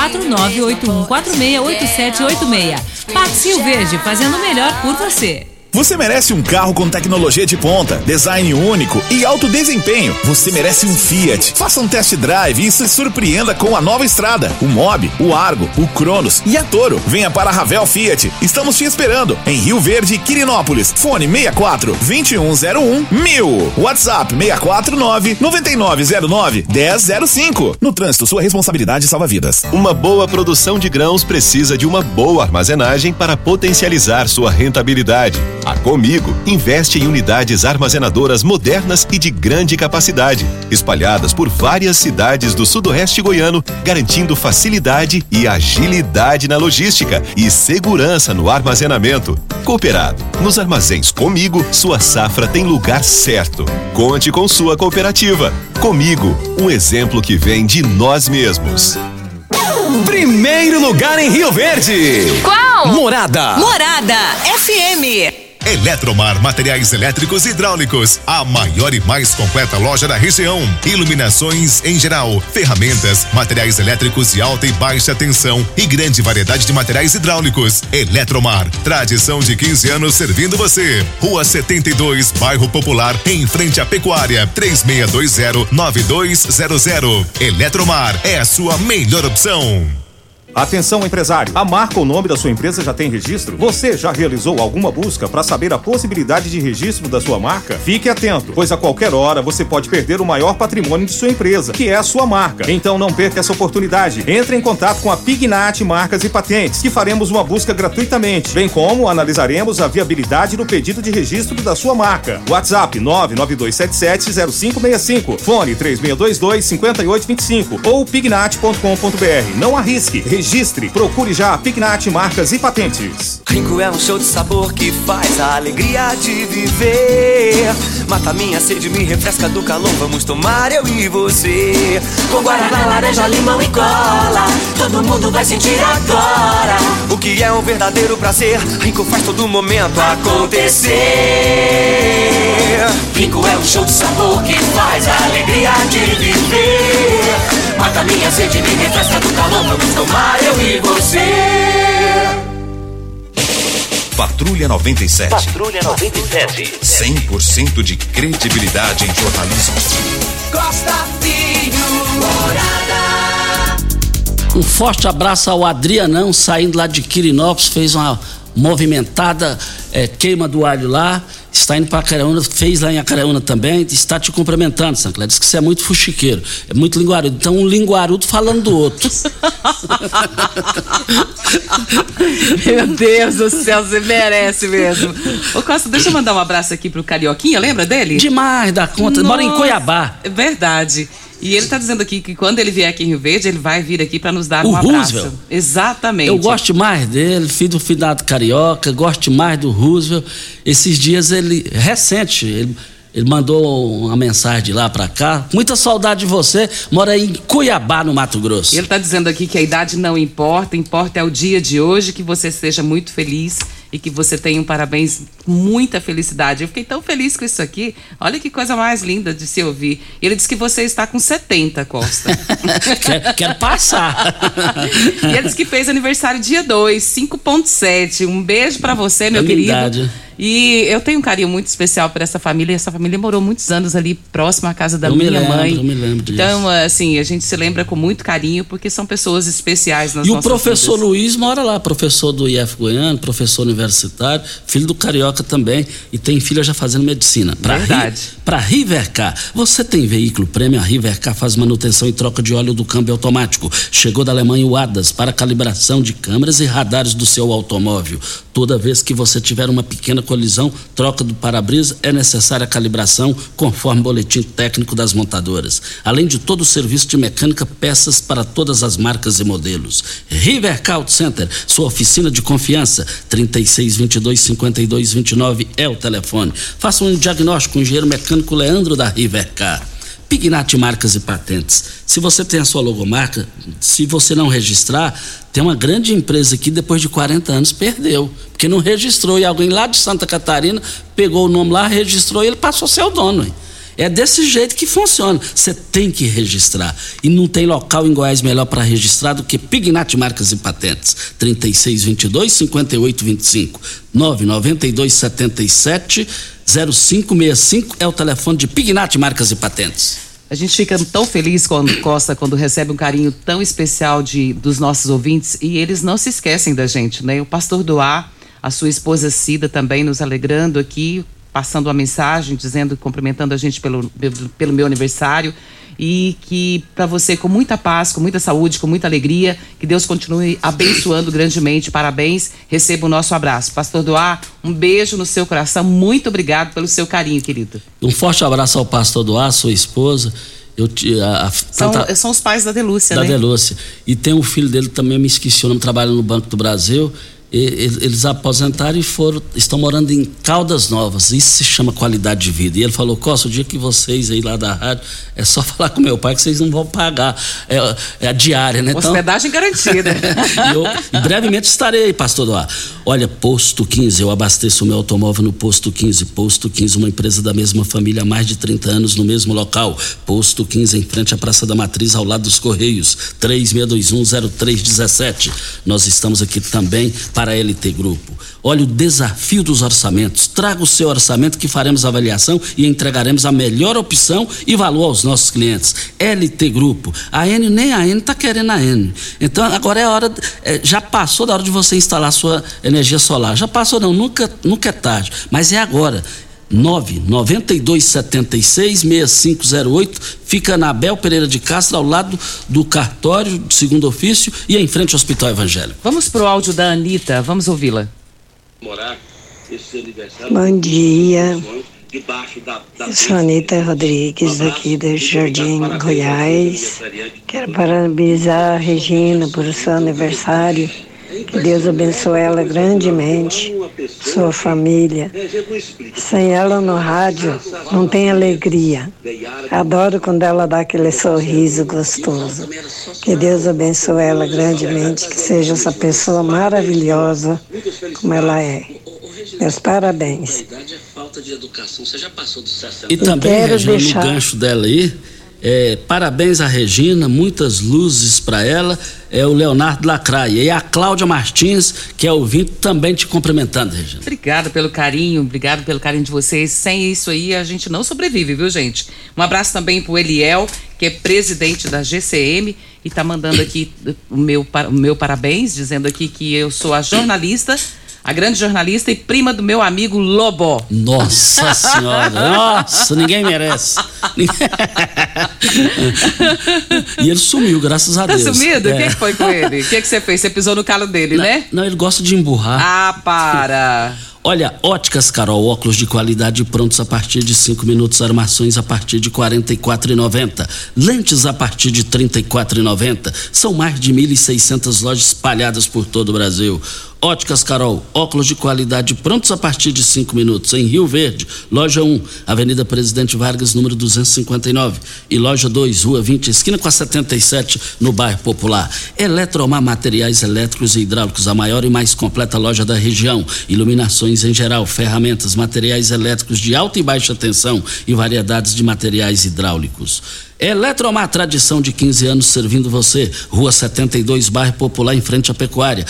64981468786. Pax Rio Verde, fazendo o melhor por você. Você merece um carro com tecnologia de ponta, design único e alto desempenho. Você merece um Fiat. Faça um test drive e se surpreenda com a nova Estrada, o Mobi, o Argo, o Cronos e a Toro. Venha para a Ravel Fiat. Estamos te esperando em Rio Verde, Quirinópolis. Fone 64-2101-1000. WhatsApp 649-9909-1005. No trânsito, sua responsabilidade salva vidas. Uma boa produção de grãos precisa de uma boa armazenagem para potencializar sua rentabilidade. A Comigo investe em unidades armazenadoras modernas e de grande capacidade, espalhadas por várias cidades do sudoeste goiano, garantindo facilidade e agilidade na logística e segurança no armazenamento. Cooperado, nos armazéns Comigo, sua safra tem lugar certo. Conte com sua cooperativa. Comigo, um exemplo que vem de nós mesmos. Primeiro lugar em Rio Verde. Qual? Morada FM. Eletromar Materiais Elétricos e Hidráulicos, a maior e mais completa loja da região. Iluminações em geral, ferramentas, materiais elétricos de alta e baixa tensão e grande variedade de materiais hidráulicos. Eletromar, tradição de 15 anos servindo você. Rua 72, Bairro Popular, em frente à Pecuária, 3620-9200. Eletromar é a sua melhor opção. Atenção, empresário. A marca ou nome da sua empresa já tem registro? Você já realizou alguma busca para saber a possibilidade de registro da sua marca? Fique atento, pois a qualquer hora você pode perder o maior patrimônio de sua empresa, que é a sua marca. Então não perca essa oportunidade. Entre em contato com a Pignat Marcas e Patentes, que faremos uma busca gratuitamente, bem como analisaremos a viabilidade do pedido de registro da sua marca. WhatsApp 992770565, fone 3622-5825 ou pignat.com.br. Não arrisque. Registre, procure já a Pignat Marcas e Patentes. Rinco é um show de sabor que faz a alegria de viver. Mata minha sede, me refresca do calor, vamos tomar eu e você. Com guaraná, laranja, limão e cola, todo mundo vai sentir agora o que é um verdadeiro prazer. Rinco faz todo momento acontecer. Rinco é um show de sabor que faz a alegria de viver. Mata minha sede, me refresca do calor, vamos tomar eu e você. Patrulha 97. Patrulha 97. 100% de credibilidade em jornalismo. Costa Filho, Morada. Um forte abraço ao Adrianão, saindo lá de Quirinópolis, fez uma movimentada queima do alho lá, está indo para Acaraúna, fez lá em Acaraúna também, está te cumprimentando, Sancler, diz que você é muito fuxiqueiro, é muito linguarudo, então um linguarudo falando do outro. Meu Deus do céu, você merece mesmo. Ô Costa, deixa eu mandar um abraço aqui pro Carioquinha, lembra dele? Demais da conta, mora em Cuiabá. É verdade. E ele tá dizendo aqui que quando ele vier aqui em Rio Verde, ele vai vir aqui para nos dar um abraço. Roosevelt. Exatamente. Eu gosto mais dele, filho do finado Carioca, gosto mais do Roosevelt. Esses dias recente, ele Ele mandou uma mensagem de lá pra cá. Muita saudade de você. Mora em Cuiabá, no Mato Grosso. Ele tá dizendo aqui que a idade não importa. Importa é o dia de hoje, que você seja muito feliz e que você tenha um parabéns, muita felicidade. Eu fiquei tão feliz com isso aqui. Olha que coisa mais linda de se ouvir. Ele disse que você está com 70, Costa. Quero passar. E ele disse que fez aniversário dia 2, 5.7. Um beijo pra você, meu querido. Verdade. E eu tenho um carinho muito especial por essa família. Essa família morou muitos anos ali próximo à casa da minha mãe. Eu me lembro disso. Então, assim, a gente se lembra com muito carinho porque são pessoas especiais nas nossas vidas. E o professor Luiz mora lá, professor do IF Goiano, professor universitário, filho do Carioca também, e tem filha já fazendo medicina. Verdade. Para Rivercar, você tem veículo prêmio, a Rivercar faz manutenção e troca de óleo do câmbio automático. Chegou da Alemanha o ADAS para calibração de câmeras e radares do seu automóvel. Toda vez que você tiver uma pequena colisão, troca do para-brisa, é necessária a calibração conforme o boletim técnico das montadoras. Além de todo o serviço de mecânica, peças para todas as marcas e modelos. Rivercar Auto Center, sua oficina de confiança, 3622-5229 é o telefone. Faça um diagnóstico com o engenheiro mecânico Leandro da Rivercar. Pignat Marcas e Patentes. Se você tem a sua logomarca, se você não registrar, tem uma grande empresa que depois de 40 anos perdeu, porque não registrou, e alguém lá de Santa Catarina pegou o nome lá, registrou e ele passou a ser o dono. Hein? É desse jeito que funciona. Você tem que registrar. E não tem local em Goiás melhor para registrar do que Pignat Marcas e Patentes. 3622-5825. 99277-0565 é o telefone de Pignat Marcas e Patentes. A gente fica tão feliz quando recebe um carinho tão especial dos nossos ouvintes, e eles não se esquecem da gente, né? O pastor Doá, a sua esposa Cida também nos alegrando aqui, passando uma mensagem, cumprimentando a gente pelo meu aniversário, e que para você, com muita paz, com muita saúde, com muita alegria, que Deus continue abençoando grandemente. Parabéns, receba o nosso abraço. Pastor Doá, um beijo no seu coração, muito obrigado pelo seu carinho, querido. Um forte abraço ao pastor Doá, sua esposa. São os pais da Delúcia, né? Da Delúcia. E tem um filho dele também, me esqueci o nome, trabalha no Banco do Brasil. Eles aposentaram e estão morando em Caldas Novas. Isso se chama qualidade de vida. E ele falou: Costa, o dia que vocês aí lá da rádio, é só falar com meu pai que vocês não vão pagar. É a diária, né? Hospedagem garantida. E brevemente estarei aí, pastor Doá. Olha, Posto 15, eu abasteço o meu automóvel no Posto 15. Posto 15, uma empresa da mesma família há mais de 30 anos no mesmo local. Posto 15, em frente à Praça da Matriz, ao lado dos Correios. 36210317. Nós estamos aqui também para a LT Grupo. Olha o desafio dos orçamentos. Traga o seu orçamento que faremos avaliação e entregaremos a melhor opção e valor aos nossos clientes. LT Grupo. A N, nem a N está querendo a N. Então agora é a hora, já passou da hora de você instalar sua energia solar. Já passou não, nunca é tarde, mas é agora. 99276-6508, fica na Abel Pereira de Castro, ao lado do cartório de segundo ofício e em frente ao Hospital Evangélico. Vamos pro áudio da Anitta, vamos ouvi-la. Bom dia, eu sou Anitta Rodrigues, aqui do Jardim Goiás. Quero parabenizar a Regina por seu aniversário. Que Deus abençoe ela grandemente, sua família. Sem ela no rádio, não tem alegria. Adoro quando ela dá aquele sorriso gostoso. Que Deus abençoe ela grandemente, que seja essa pessoa maravilhosa como ela é. Meus parabéns. E também, Regina, no gancho dela aí, parabéns a Regina, muitas luzes para ela. É o Leonardo Lacraia e a Cláudia Martins, que é ouvinte, também te cumprimentando, Regina. Obrigado pelo carinho de vocês. Sem isso aí a gente não sobrevive, viu, gente? Um abraço também pro Eliel, que é presidente da GCM e tá mandando aqui o meu parabéns, dizendo aqui que eu sou a grande jornalista e prima do meu amigo Lobó. Nossa senhora, nossa, ninguém merece. E ele sumiu, graças a Deus. Tá sumido? O que foi com ele? O que você fez? Você pisou no calo dele, né? Não, ele gosta de emburrar. Ah, para! Olha, Óticas Carol, óculos de qualidade prontos a partir de 5 minutos, armações a partir de R$ 44,90, lentes a partir de R$ 34,90. São mais de 1.600 lojas espalhadas por todo o Brasil. Óticas Carol, óculos de qualidade prontos a partir de 5 minutos. Em Rio Verde, loja 1, Avenida Presidente Vargas, número 259. E loja 2, Rua 20, esquina com a 77, no bairro Popular. Eletromar Materiais Elétricos e Hidráulicos, a maior e mais completa loja da região. Iluminações em geral, ferramentas, materiais elétricos de alta e baixa tensão e variedades de materiais hidráulicos. Eletromar, tradição de 15 anos servindo você. Rua 72, bairro Popular, em frente à Pecuária.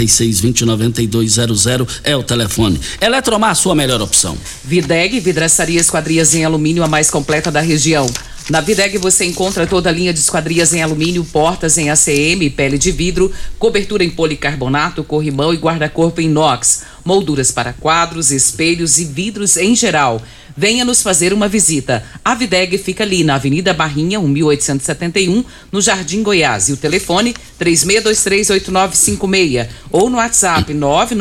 3620-9200 é o telefone. Eletromar, sua melhor opção. Videg, vidraçaria esquadrias em alumínio, a mais completa da região. Na Videg você encontra toda a linha de esquadrias em alumínio, portas em ACM, pele de vidro, cobertura em policarbonato, corrimão e guarda-corpo em inox, molduras para quadros, espelhos e vidros em geral. Venha nos fazer uma visita. A Videg fica ali na Avenida Barrinha, 1871, no Jardim Goiás. E o telefone 36238956 ou no WhatsApp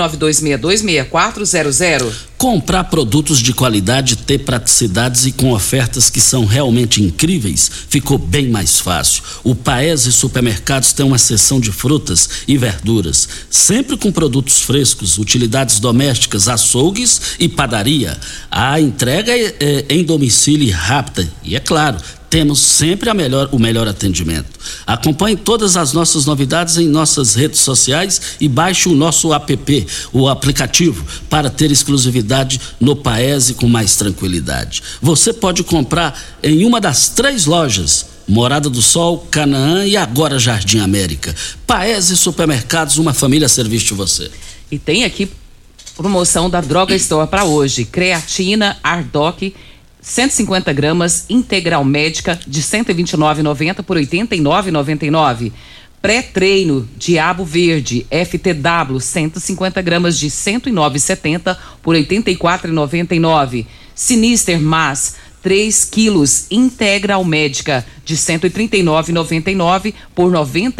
992626400. Comprar produtos de qualidade, ter praticidades e com ofertas que são realmente incríveis, ficou bem mais fácil. O Paese Supermercados tem uma seção de frutas e verduras, sempre com produtos frescos, utilidades domésticas, açougues e padaria. A entrega é em domicílio rápida e, é claro, temos sempre o melhor atendimento. Acompanhe todas as nossas novidades em nossas redes sociais e baixe o nosso app, o aplicativo, para ter exclusividade no Paese com mais tranquilidade. Você pode comprar em uma das 3 lojas, Morada do Sol, Canaã e agora Jardim América. Paese Supermercados, uma família a serviço de você. E tem aqui promoção da Droga Store para hoje. Creatina Ardoc 150 gramas integral médica de R$ 129,90 por R$ 89,99. Pré-treino Diabo Verde FTW 150 gramas de R$ 109,70 por R$ 84,99. Sinister Mass 3 quilos integral médica de R$ 139,99 por R$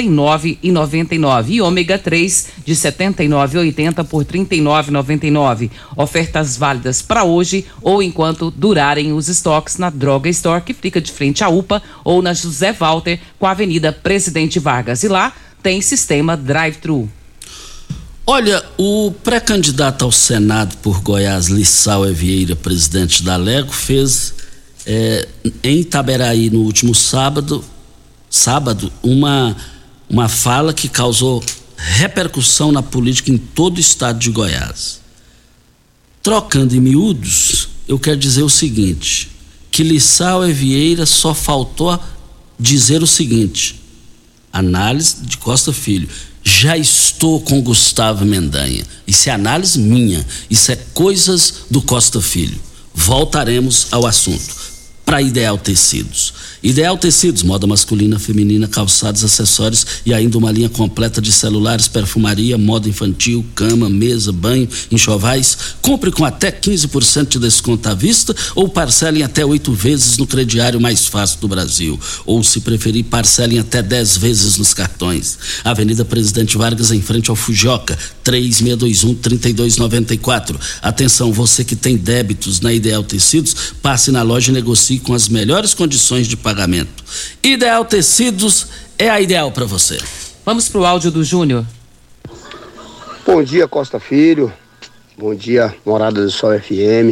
99,99 e ômega 3 de R$ 79,80 por R$ 39,99. Ofertas válidas para hoje ou enquanto durarem os estoques na Droga Store, que fica de frente à UPA, ou na José Walter com a Avenida Presidente Vargas. E lá tem sistema drive-thru. Olha, o pré-candidato ao Senado por Goiás, Lissau Vieira, presidente da Lego, fez em Itaberaí no último sábado, uma fala que causou repercussão na política em todo o estado de Goiás. Trocando em miúdos, eu quero dizer o seguinte, que Lissau Vieira só faltou dizer o seguinte: análise de Costa Filho, já estou com Gustavo Mendanha. Isso é análise minha, isso é coisas do Costa Filho. Voltaremos ao assunto. Para Ideal Tecidos. Ideal Tecidos, moda masculina, feminina, calçados, acessórios e ainda uma linha completa de celulares, perfumaria, moda infantil, cama, mesa, banho, enxovais. Compre com até 15% de desconto à vista ou parcelem até 8 vezes no crediário mais fácil do Brasil. Ou, se preferir, parcelem até 10 vezes nos cartões. Avenida Presidente Vargas, em frente ao Fujioka, 3621-3294. Atenção, você que tem débitos na Ideal Tecidos, passe na loja e negocie com as melhores condições de pagamento. Ideal Tecidos é a ideal para você. Vamos pro áudio do Júnior. Bom dia, Costa Filho. Bom dia, Morada do Sol FM.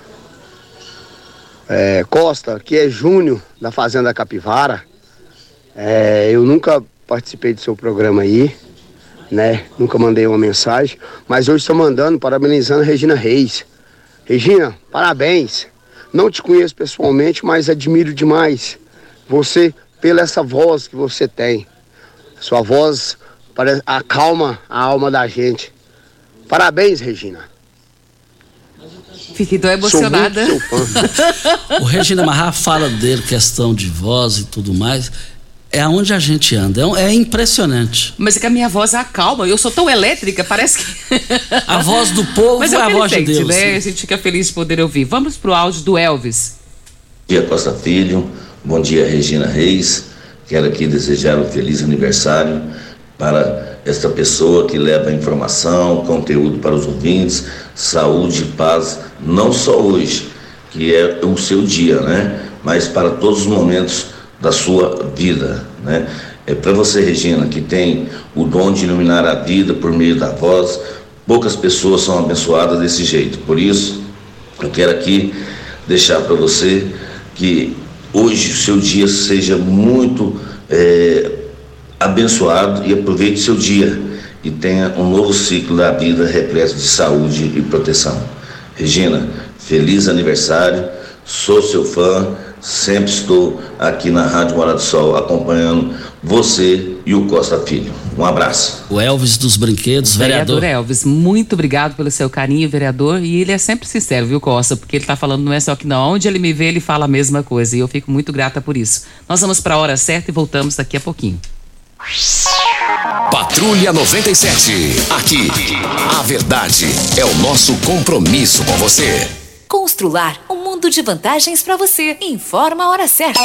Costa, aqui é Júnior, da Fazenda Capivara. Eu nunca participei do seu programa aí, né? Nunca mandei uma mensagem, mas hoje estou mandando, parabenizando a Regina Reis. Regina, parabéns. Não te conheço pessoalmente, mas admiro demais você pela essa voz que você tem. Sua voz acalma a alma da gente. Parabéns, Regina. Fiquei tão emocionada. Sou muito seu fã. O Regina Marra fala dele, questão de voz e tudo mais. É aonde a gente anda, é impressionante. Mas é que a minha voz acalma, eu sou tão elétrica, parece que... A voz do povo é a voz de Deus. Né? A gente fica feliz de poder ouvir. Vamos pro áudio do Elvis. Bom dia, Costa Filho. Bom dia, Regina Reis. Quero aqui desejar um feliz aniversário para esta pessoa que leva informação, conteúdo para os ouvintes, saúde e paz, não só hoje, que é o seu dia, né? Mas para todos os momentos da sua vida, né? É para você, Regina, que tem o dom de iluminar a vida por meio da voz, Poucas pessoas são abençoadas desse jeito. Por isso, eu quero aqui deixar para você que hoje o seu dia seja muito abençoado e aproveite o seu dia e tenha um novo ciclo da vida repleto de saúde e proteção. Regina, feliz aniversário, sou seu fã, sempre estou aqui na Rádio Morada do Sol acompanhando você e o Costa Filho. Um abraço. O Elvis dos Brinquedos, vereador. Elvis, muito obrigado pelo seu carinho, vereador, e ele é sempre sincero, viu, Costa, porque ele tá falando não é só que não, onde ele me vê ele fala a mesma coisa, e eu fico muito grata por isso. Nós vamos para a hora certa e voltamos daqui a pouquinho. Patrulha 97. Aqui, a verdade é o nosso compromisso com você. Constrular um mundo de vantagens para você. Informa a hora certa.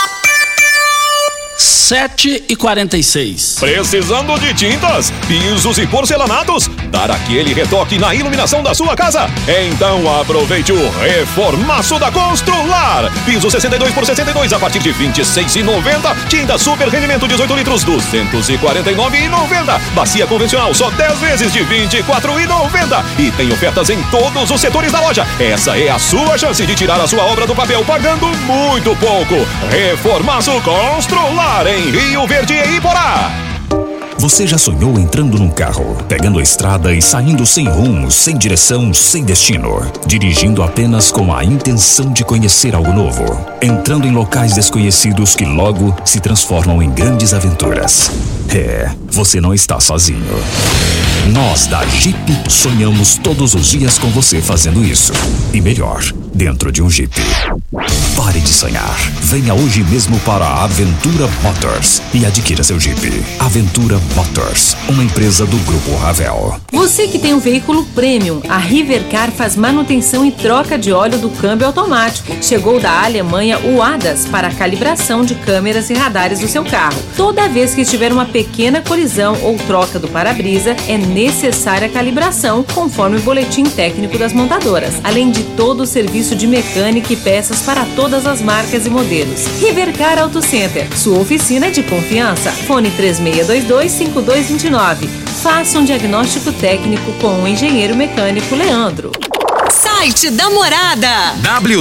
7h46. Precisando de tintas, pisos e porcelanatos? Dar aquele retoque na iluminação da sua casa? Então aproveite o reformaço da Constrular. Piso 62 por 62 a partir de R$ 26,90. Tinta super rendimento 18 litros, R$ 249,90. Bacia convencional só 10 vezes de R$ 24,90. E tem ofertas em todos os setores da loja. Essa é a sua chance de tirar a sua obra do papel pagando muito pouco. Reformaço Constrular em Rio Verde e Iporá. Você já sonhou entrando num carro, pegando a estrada e saindo sem rumo, sem direção, sem destino, dirigindo apenas com a intenção de conhecer algo novo, entrando em locais desconhecidos que logo se transformam em grandes aventuras? Você não está sozinho. Nós da Jeep sonhamos todos os dias com você fazendo isso. E melhor, dentro de um Jeep. Pare de sonhar. Venha hoje mesmo para a Aventura Motors e adquira seu Jeep. Aventura Motors, uma empresa do Grupo Ravel. Você que tem um veículo premium, a Rivercar faz manutenção e troca de óleo do câmbio automático. Chegou da Alemanha o ADAS para a calibração de câmeras e radares do seu carro. Toda vez que tiver uma pequena colisão ou troca do para-brisa, é necessária a calibração, conforme o boletim técnico das montadoras, além de todo o serviço de mecânica e peças para todas as marcas e modelos. Rivercar Auto Center, sua oficina de confiança. Fone 3622-5229. Faça um diagnóstico técnico com o engenheiro mecânico Leandro. Site da Morada: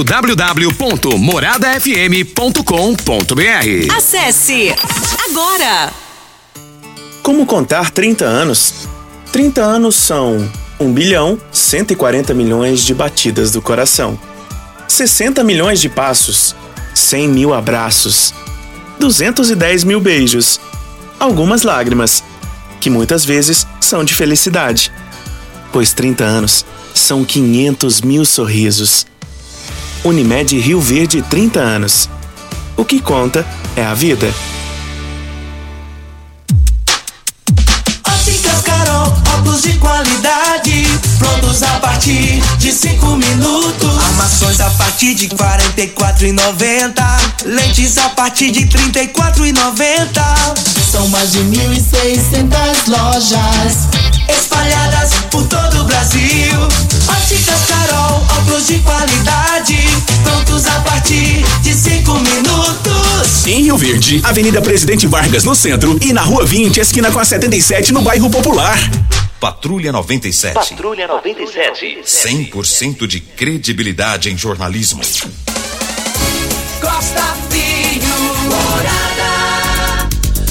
www.moradafm.com.br. Acesse agora. Como contar 30 anos? 30 anos são 1.140 milhões de batidas do coração, 60 milhões de passos, 100 mil abraços, 210 mil beijos, algumas lágrimas, que muitas vezes são de felicidade, pois 30 anos são 500 mil sorrisos. Unimed Rio Verde, 30 anos. O que conta é a vida. Óticas Carol, óculos de qualidade, prontos a partir de 5 minutos. Armações a partir de R$ 44,90. Lentes a partir de R$ 34,90. São mais de 1.600 lojas espalhadas por todo o Brasil. Óticas Carol, óculos de qualidade, prontos a partir de 5 minutos. Em Rio Verde, Avenida Presidente Vargas no centro e na Rua 20, esquina com a 77 no bairro Popular. Patrulha 97. Patrulha 97. 100% de credibilidade em jornalismo. Costa Filho, Morada.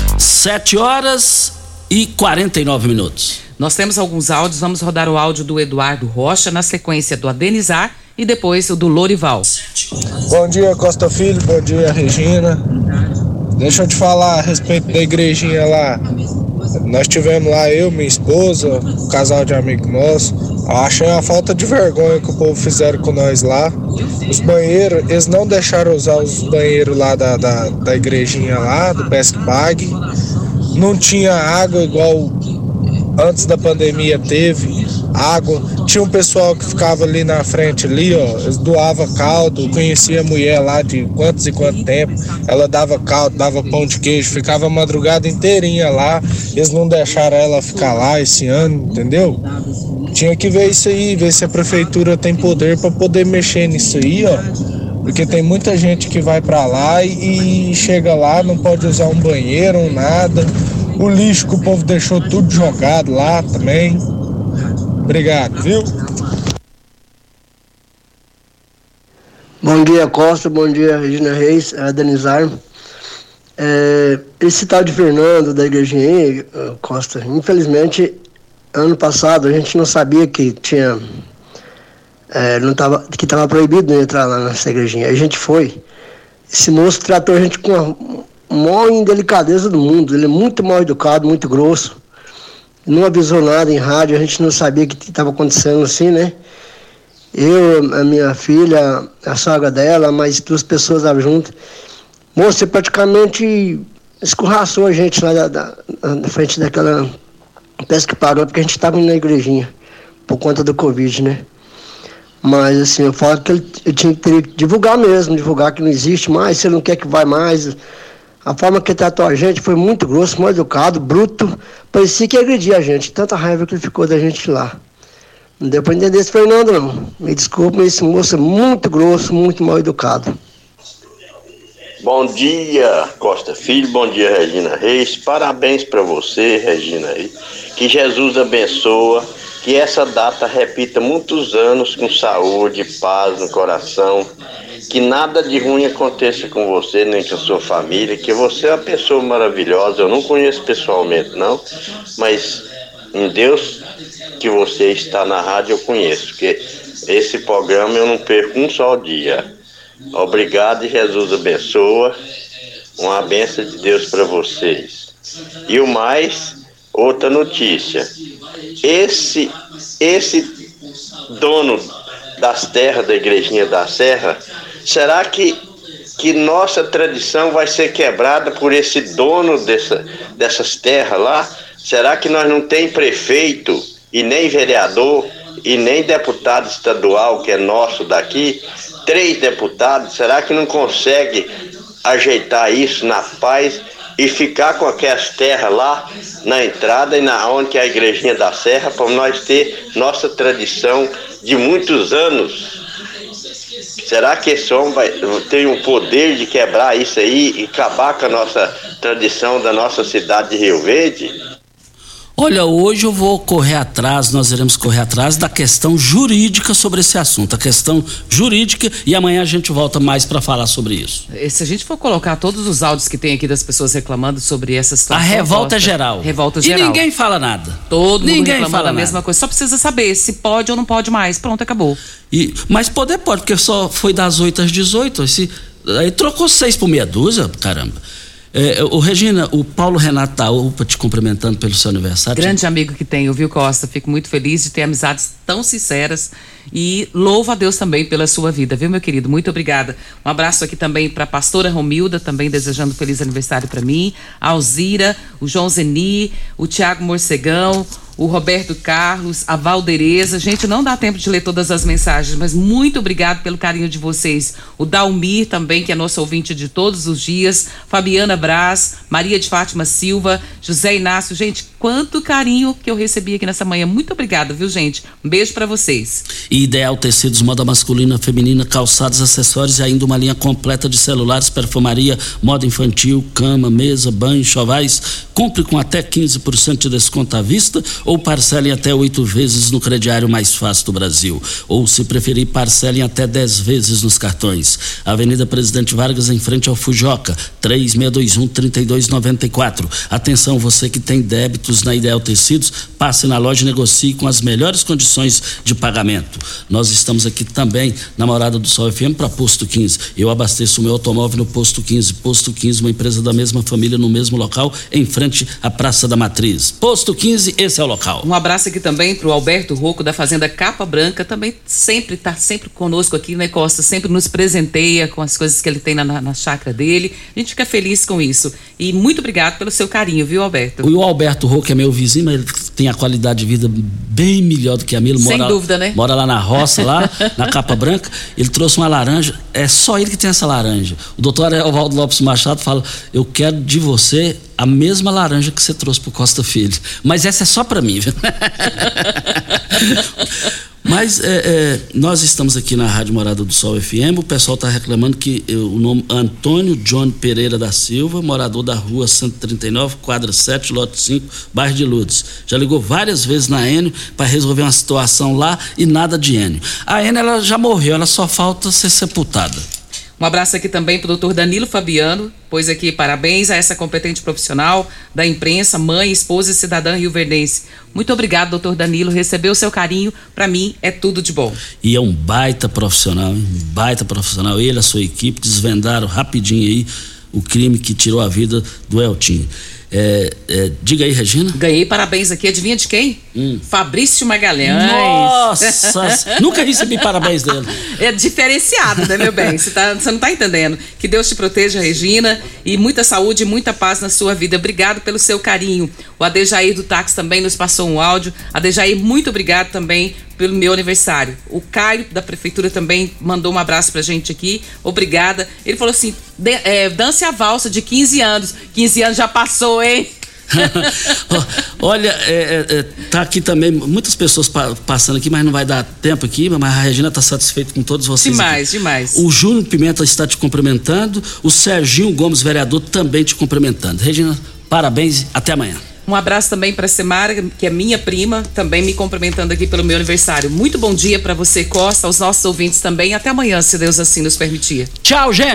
7h49. Nós temos alguns áudios, vamos rodar o áudio do Eduardo Rocha, na sequência do Adenizar e depois o do Lorival. Bom dia, Costa Filho, bom dia, Regina. Deixa eu te falar a respeito da igrejinha lá. Nós tivemos lá, eu, minha esposa, um casal de amigos nossos. Eu achei uma falta de vergonha que o povo fizeram com nós lá. Os banheiros, eles não deixaram usar os banheiros lá da igrejinha lá, do Pesque Pague. Não tinha água igual antes da pandemia teve água. Tinha um pessoal que ficava ali na frente ali, ó, eles doava caldo. Eu conhecia a mulher lá de quantos e quanto tempo. Ela dava caldo, dava pão de queijo, ficava a madrugada inteirinha lá. Eles não deixaram ela ficar lá esse ano, entendeu? Tinha que ver isso aí, ver se a prefeitura tem poder para poder mexer nisso aí, ó. Porque tem muita gente que vai pra lá e chega lá, não pode usar um banheiro ou nada. O lixo que o povo deixou tudo jogado lá também. Obrigado, viu? Bom dia, Costa. Bom dia, Regina Reis, Denizar. Esse tal de Fernando da igrejinha, Costa, infelizmente, ano passado a gente não sabia que tinha... que estava proibido de entrar lá nessa igrejinha. A gente foi. Esse moço tratou a gente com a maior indelicadeza do mundo. Ele é muito mal educado, muito grosso. Não avisou nada em rádio, a gente não sabia o que estava acontecendo assim, né? Eu, a minha filha, a sogra dela, mais 2 pessoas lá junto. Moço, você praticamente escorraçou a gente lá na frente daquela peça que parou, porque a gente estava na igrejinha, por conta do Covid, né? Mas, assim, eu falo que ele tinha que divulgar mesmo, divulgar que não existe mais, se ele não quer que vai mais. A forma que ele tratou a gente foi muito grosso, mal educado, bruto. Parecia que ia agredir a gente, tanta raiva que ele ficou da gente lá. Não deu para entender esse Fernando, não. Me desculpa, mas esse moço é muito grosso, muito mal educado. Bom dia, Costa Filho. Bom dia, Regina Reis. Parabéns para você, Regina Reis. Que Jesus abençoa. Que essa data repita muitos anos com saúde, paz no coração. Que nada de ruim aconteça com você, nem com a sua família. Que você é uma pessoa maravilhosa. Eu não conheço pessoalmente, não. Mas em Deus que você está na rádio, eu conheço. Porque esse programa eu não perco um só dia. Obrigado e Jesus abençoa. Uma bênção de Deus para vocês. E o mais, outra notícia. Esse dono das terras da Igrejinha da Serra, será que nossa tradição vai ser quebrada por esse dono dessas terras lá? Será que nós não tem prefeito e nem vereador e nem deputado estadual que é nosso daqui? 3 deputados, será que não consegue ajeitar isso na paz e ficar com aquelas terras lá na entrada e na onde que é a Igrejinha da Serra, para nós ter nossa tradição de muitos anos? Será que esse homem tem o poder de quebrar isso aí e acabar com a nossa tradição da nossa cidade de Rio Verde? Olha, hoje eu vou correr atrás, nós iremos correr atrás da questão jurídica sobre esse assunto, a questão jurídica, e amanhã a gente volta mais para falar sobre isso. Se a gente for colocar todos os áudios que tem aqui das pessoas reclamando sobre essa situação... A revolta é geral. Revolta geral. E ninguém fala nada. Todo mundo reclamando a mesma coisa. Só precisa saber se pode ou não pode mais. Pronto, acabou. Mas poder pode, porque só foi das 8 às 18. Aí trocou 6 por meia dúzia, caramba. Regina, o Paulo Renato da UPA te cumprimentando pelo seu aniversário. Grande amigo que tenho, viu, Costa? Fico muito feliz de ter amizades tão sinceras e louvo a Deus também pela sua vida, viu, meu querido? Muito obrigada. Um abraço aqui também para a pastora Romilda, também desejando feliz aniversário para mim, a Alzira, o João Zeni, o Tiago Morcegão, o Roberto Carlos, a Valdereza. Gente, não dá tempo de ler todas as mensagens, mas muito obrigado pelo carinho de vocês. O Dalmir também, que é nosso ouvinte de todos os dias, Fabiana Braz, Maria de Fátima Silva, José Inácio. Gente, quanto carinho que eu recebi aqui nessa manhã. Muito obrigada, viu, gente? Um beijo pra vocês. E Ideal Tecidos, moda masculina, feminina, calçados, acessórios e ainda uma linha completa de celulares, perfumaria, moda infantil, cama, mesa, banho, chovais. Compre com até 15% de desconto à vista ou parcelem até 8 vezes no crediário mais fácil do Brasil. Ou, se preferir, parcelem até 10 vezes nos cartões. Avenida Presidente Vargas, em frente ao Fujoca, 3621-3294. Atenção, você que tem débitos na Ideal Tecidos, passe na loja e negocie com as melhores condições de pagamento. Nós estamos aqui também na Morada do Sol FM para Posto 15. Eu abasteço o meu automóvel no Posto 15. Posto 15, uma empresa da mesma família no mesmo local, em frente à Praça da Matriz. Posto 15, esse é o local. Um abraço aqui também pro Alberto Rocco, da Fazenda Capa Branca, também tá sempre conosco aqui, né, Costa? Sempre nos presenteia com as coisas que ele tem na chácara dele. A gente fica feliz com isso. E muito obrigado pelo seu carinho, viu, Alberto? O Alberto Rocco é meu vizinho, mas ele tem a qualidade de vida bem melhor do que a minha. Ele sem dúvida, né? Mora lá na roça, lá na Capa Branca. Ele trouxe uma laranja, é só ele que tem essa laranja. O doutor Evaldo Lopes Machado fala: eu quero de você a mesma laranja que você trouxe pro Costa Filho. Mas essa é só pra mim, viu? Mas nós estamos aqui na Rádio Morada do Sol FM, o pessoal está reclamando que o nome Antônio John Pereira da Silva, morador da rua 139, quadra 7, lote 5, bairro de Lourdes. Já ligou várias vezes na Enio para resolver uma situação lá e nada de Enio. A Enio, ela já morreu, ela só falta ser sepultada. Um abraço aqui também para o doutor Danilo Fabiano, pois aqui parabéns a essa competente profissional da imprensa, mãe, esposa e cidadã rioverdense. Muito obrigado, doutor Danilo, recebeu o seu carinho, para mim é tudo de bom. E é um baita profissional, hein? Um baita profissional, ele e a sua equipe desvendaram rapidinho aí o crime que tirou a vida do Eltinho. Diga aí, Regina. Ganhei parabéns aqui, adivinha de quem? Fabrício Magalhães. Nossa, nunca recebi parabéns dele. É diferenciado, né, meu bem? Você não tá entendendo. Que Deus te proteja, Regina, e muita saúde e muita paz na sua vida. Obrigado pelo seu carinho. O Adejair do táxi também nos passou um áudio. Adejair, muito obrigado também pelo meu aniversário. O Caio da prefeitura também mandou um abraço pra gente aqui. Obrigada. Ele falou assim, dance a valsa de 15 anos. 15 anos já passou, hein? Olha, tá aqui também muitas pessoas passando aqui, mas não vai dar tempo aqui, mas a Regina tá satisfeita com todos vocês. Demais. O Júnior Pimenta está te cumprimentando, o Serginho Gomes, vereador, também te cumprimentando. Regina, parabéns, até amanhã. Um abraço também para Semara, que é minha prima, também me cumprimentando aqui pelo meu aniversário. Muito bom dia para você, Costa, aos nossos ouvintes também. Até amanhã, se Deus assim nos permitir. Tchau, gente!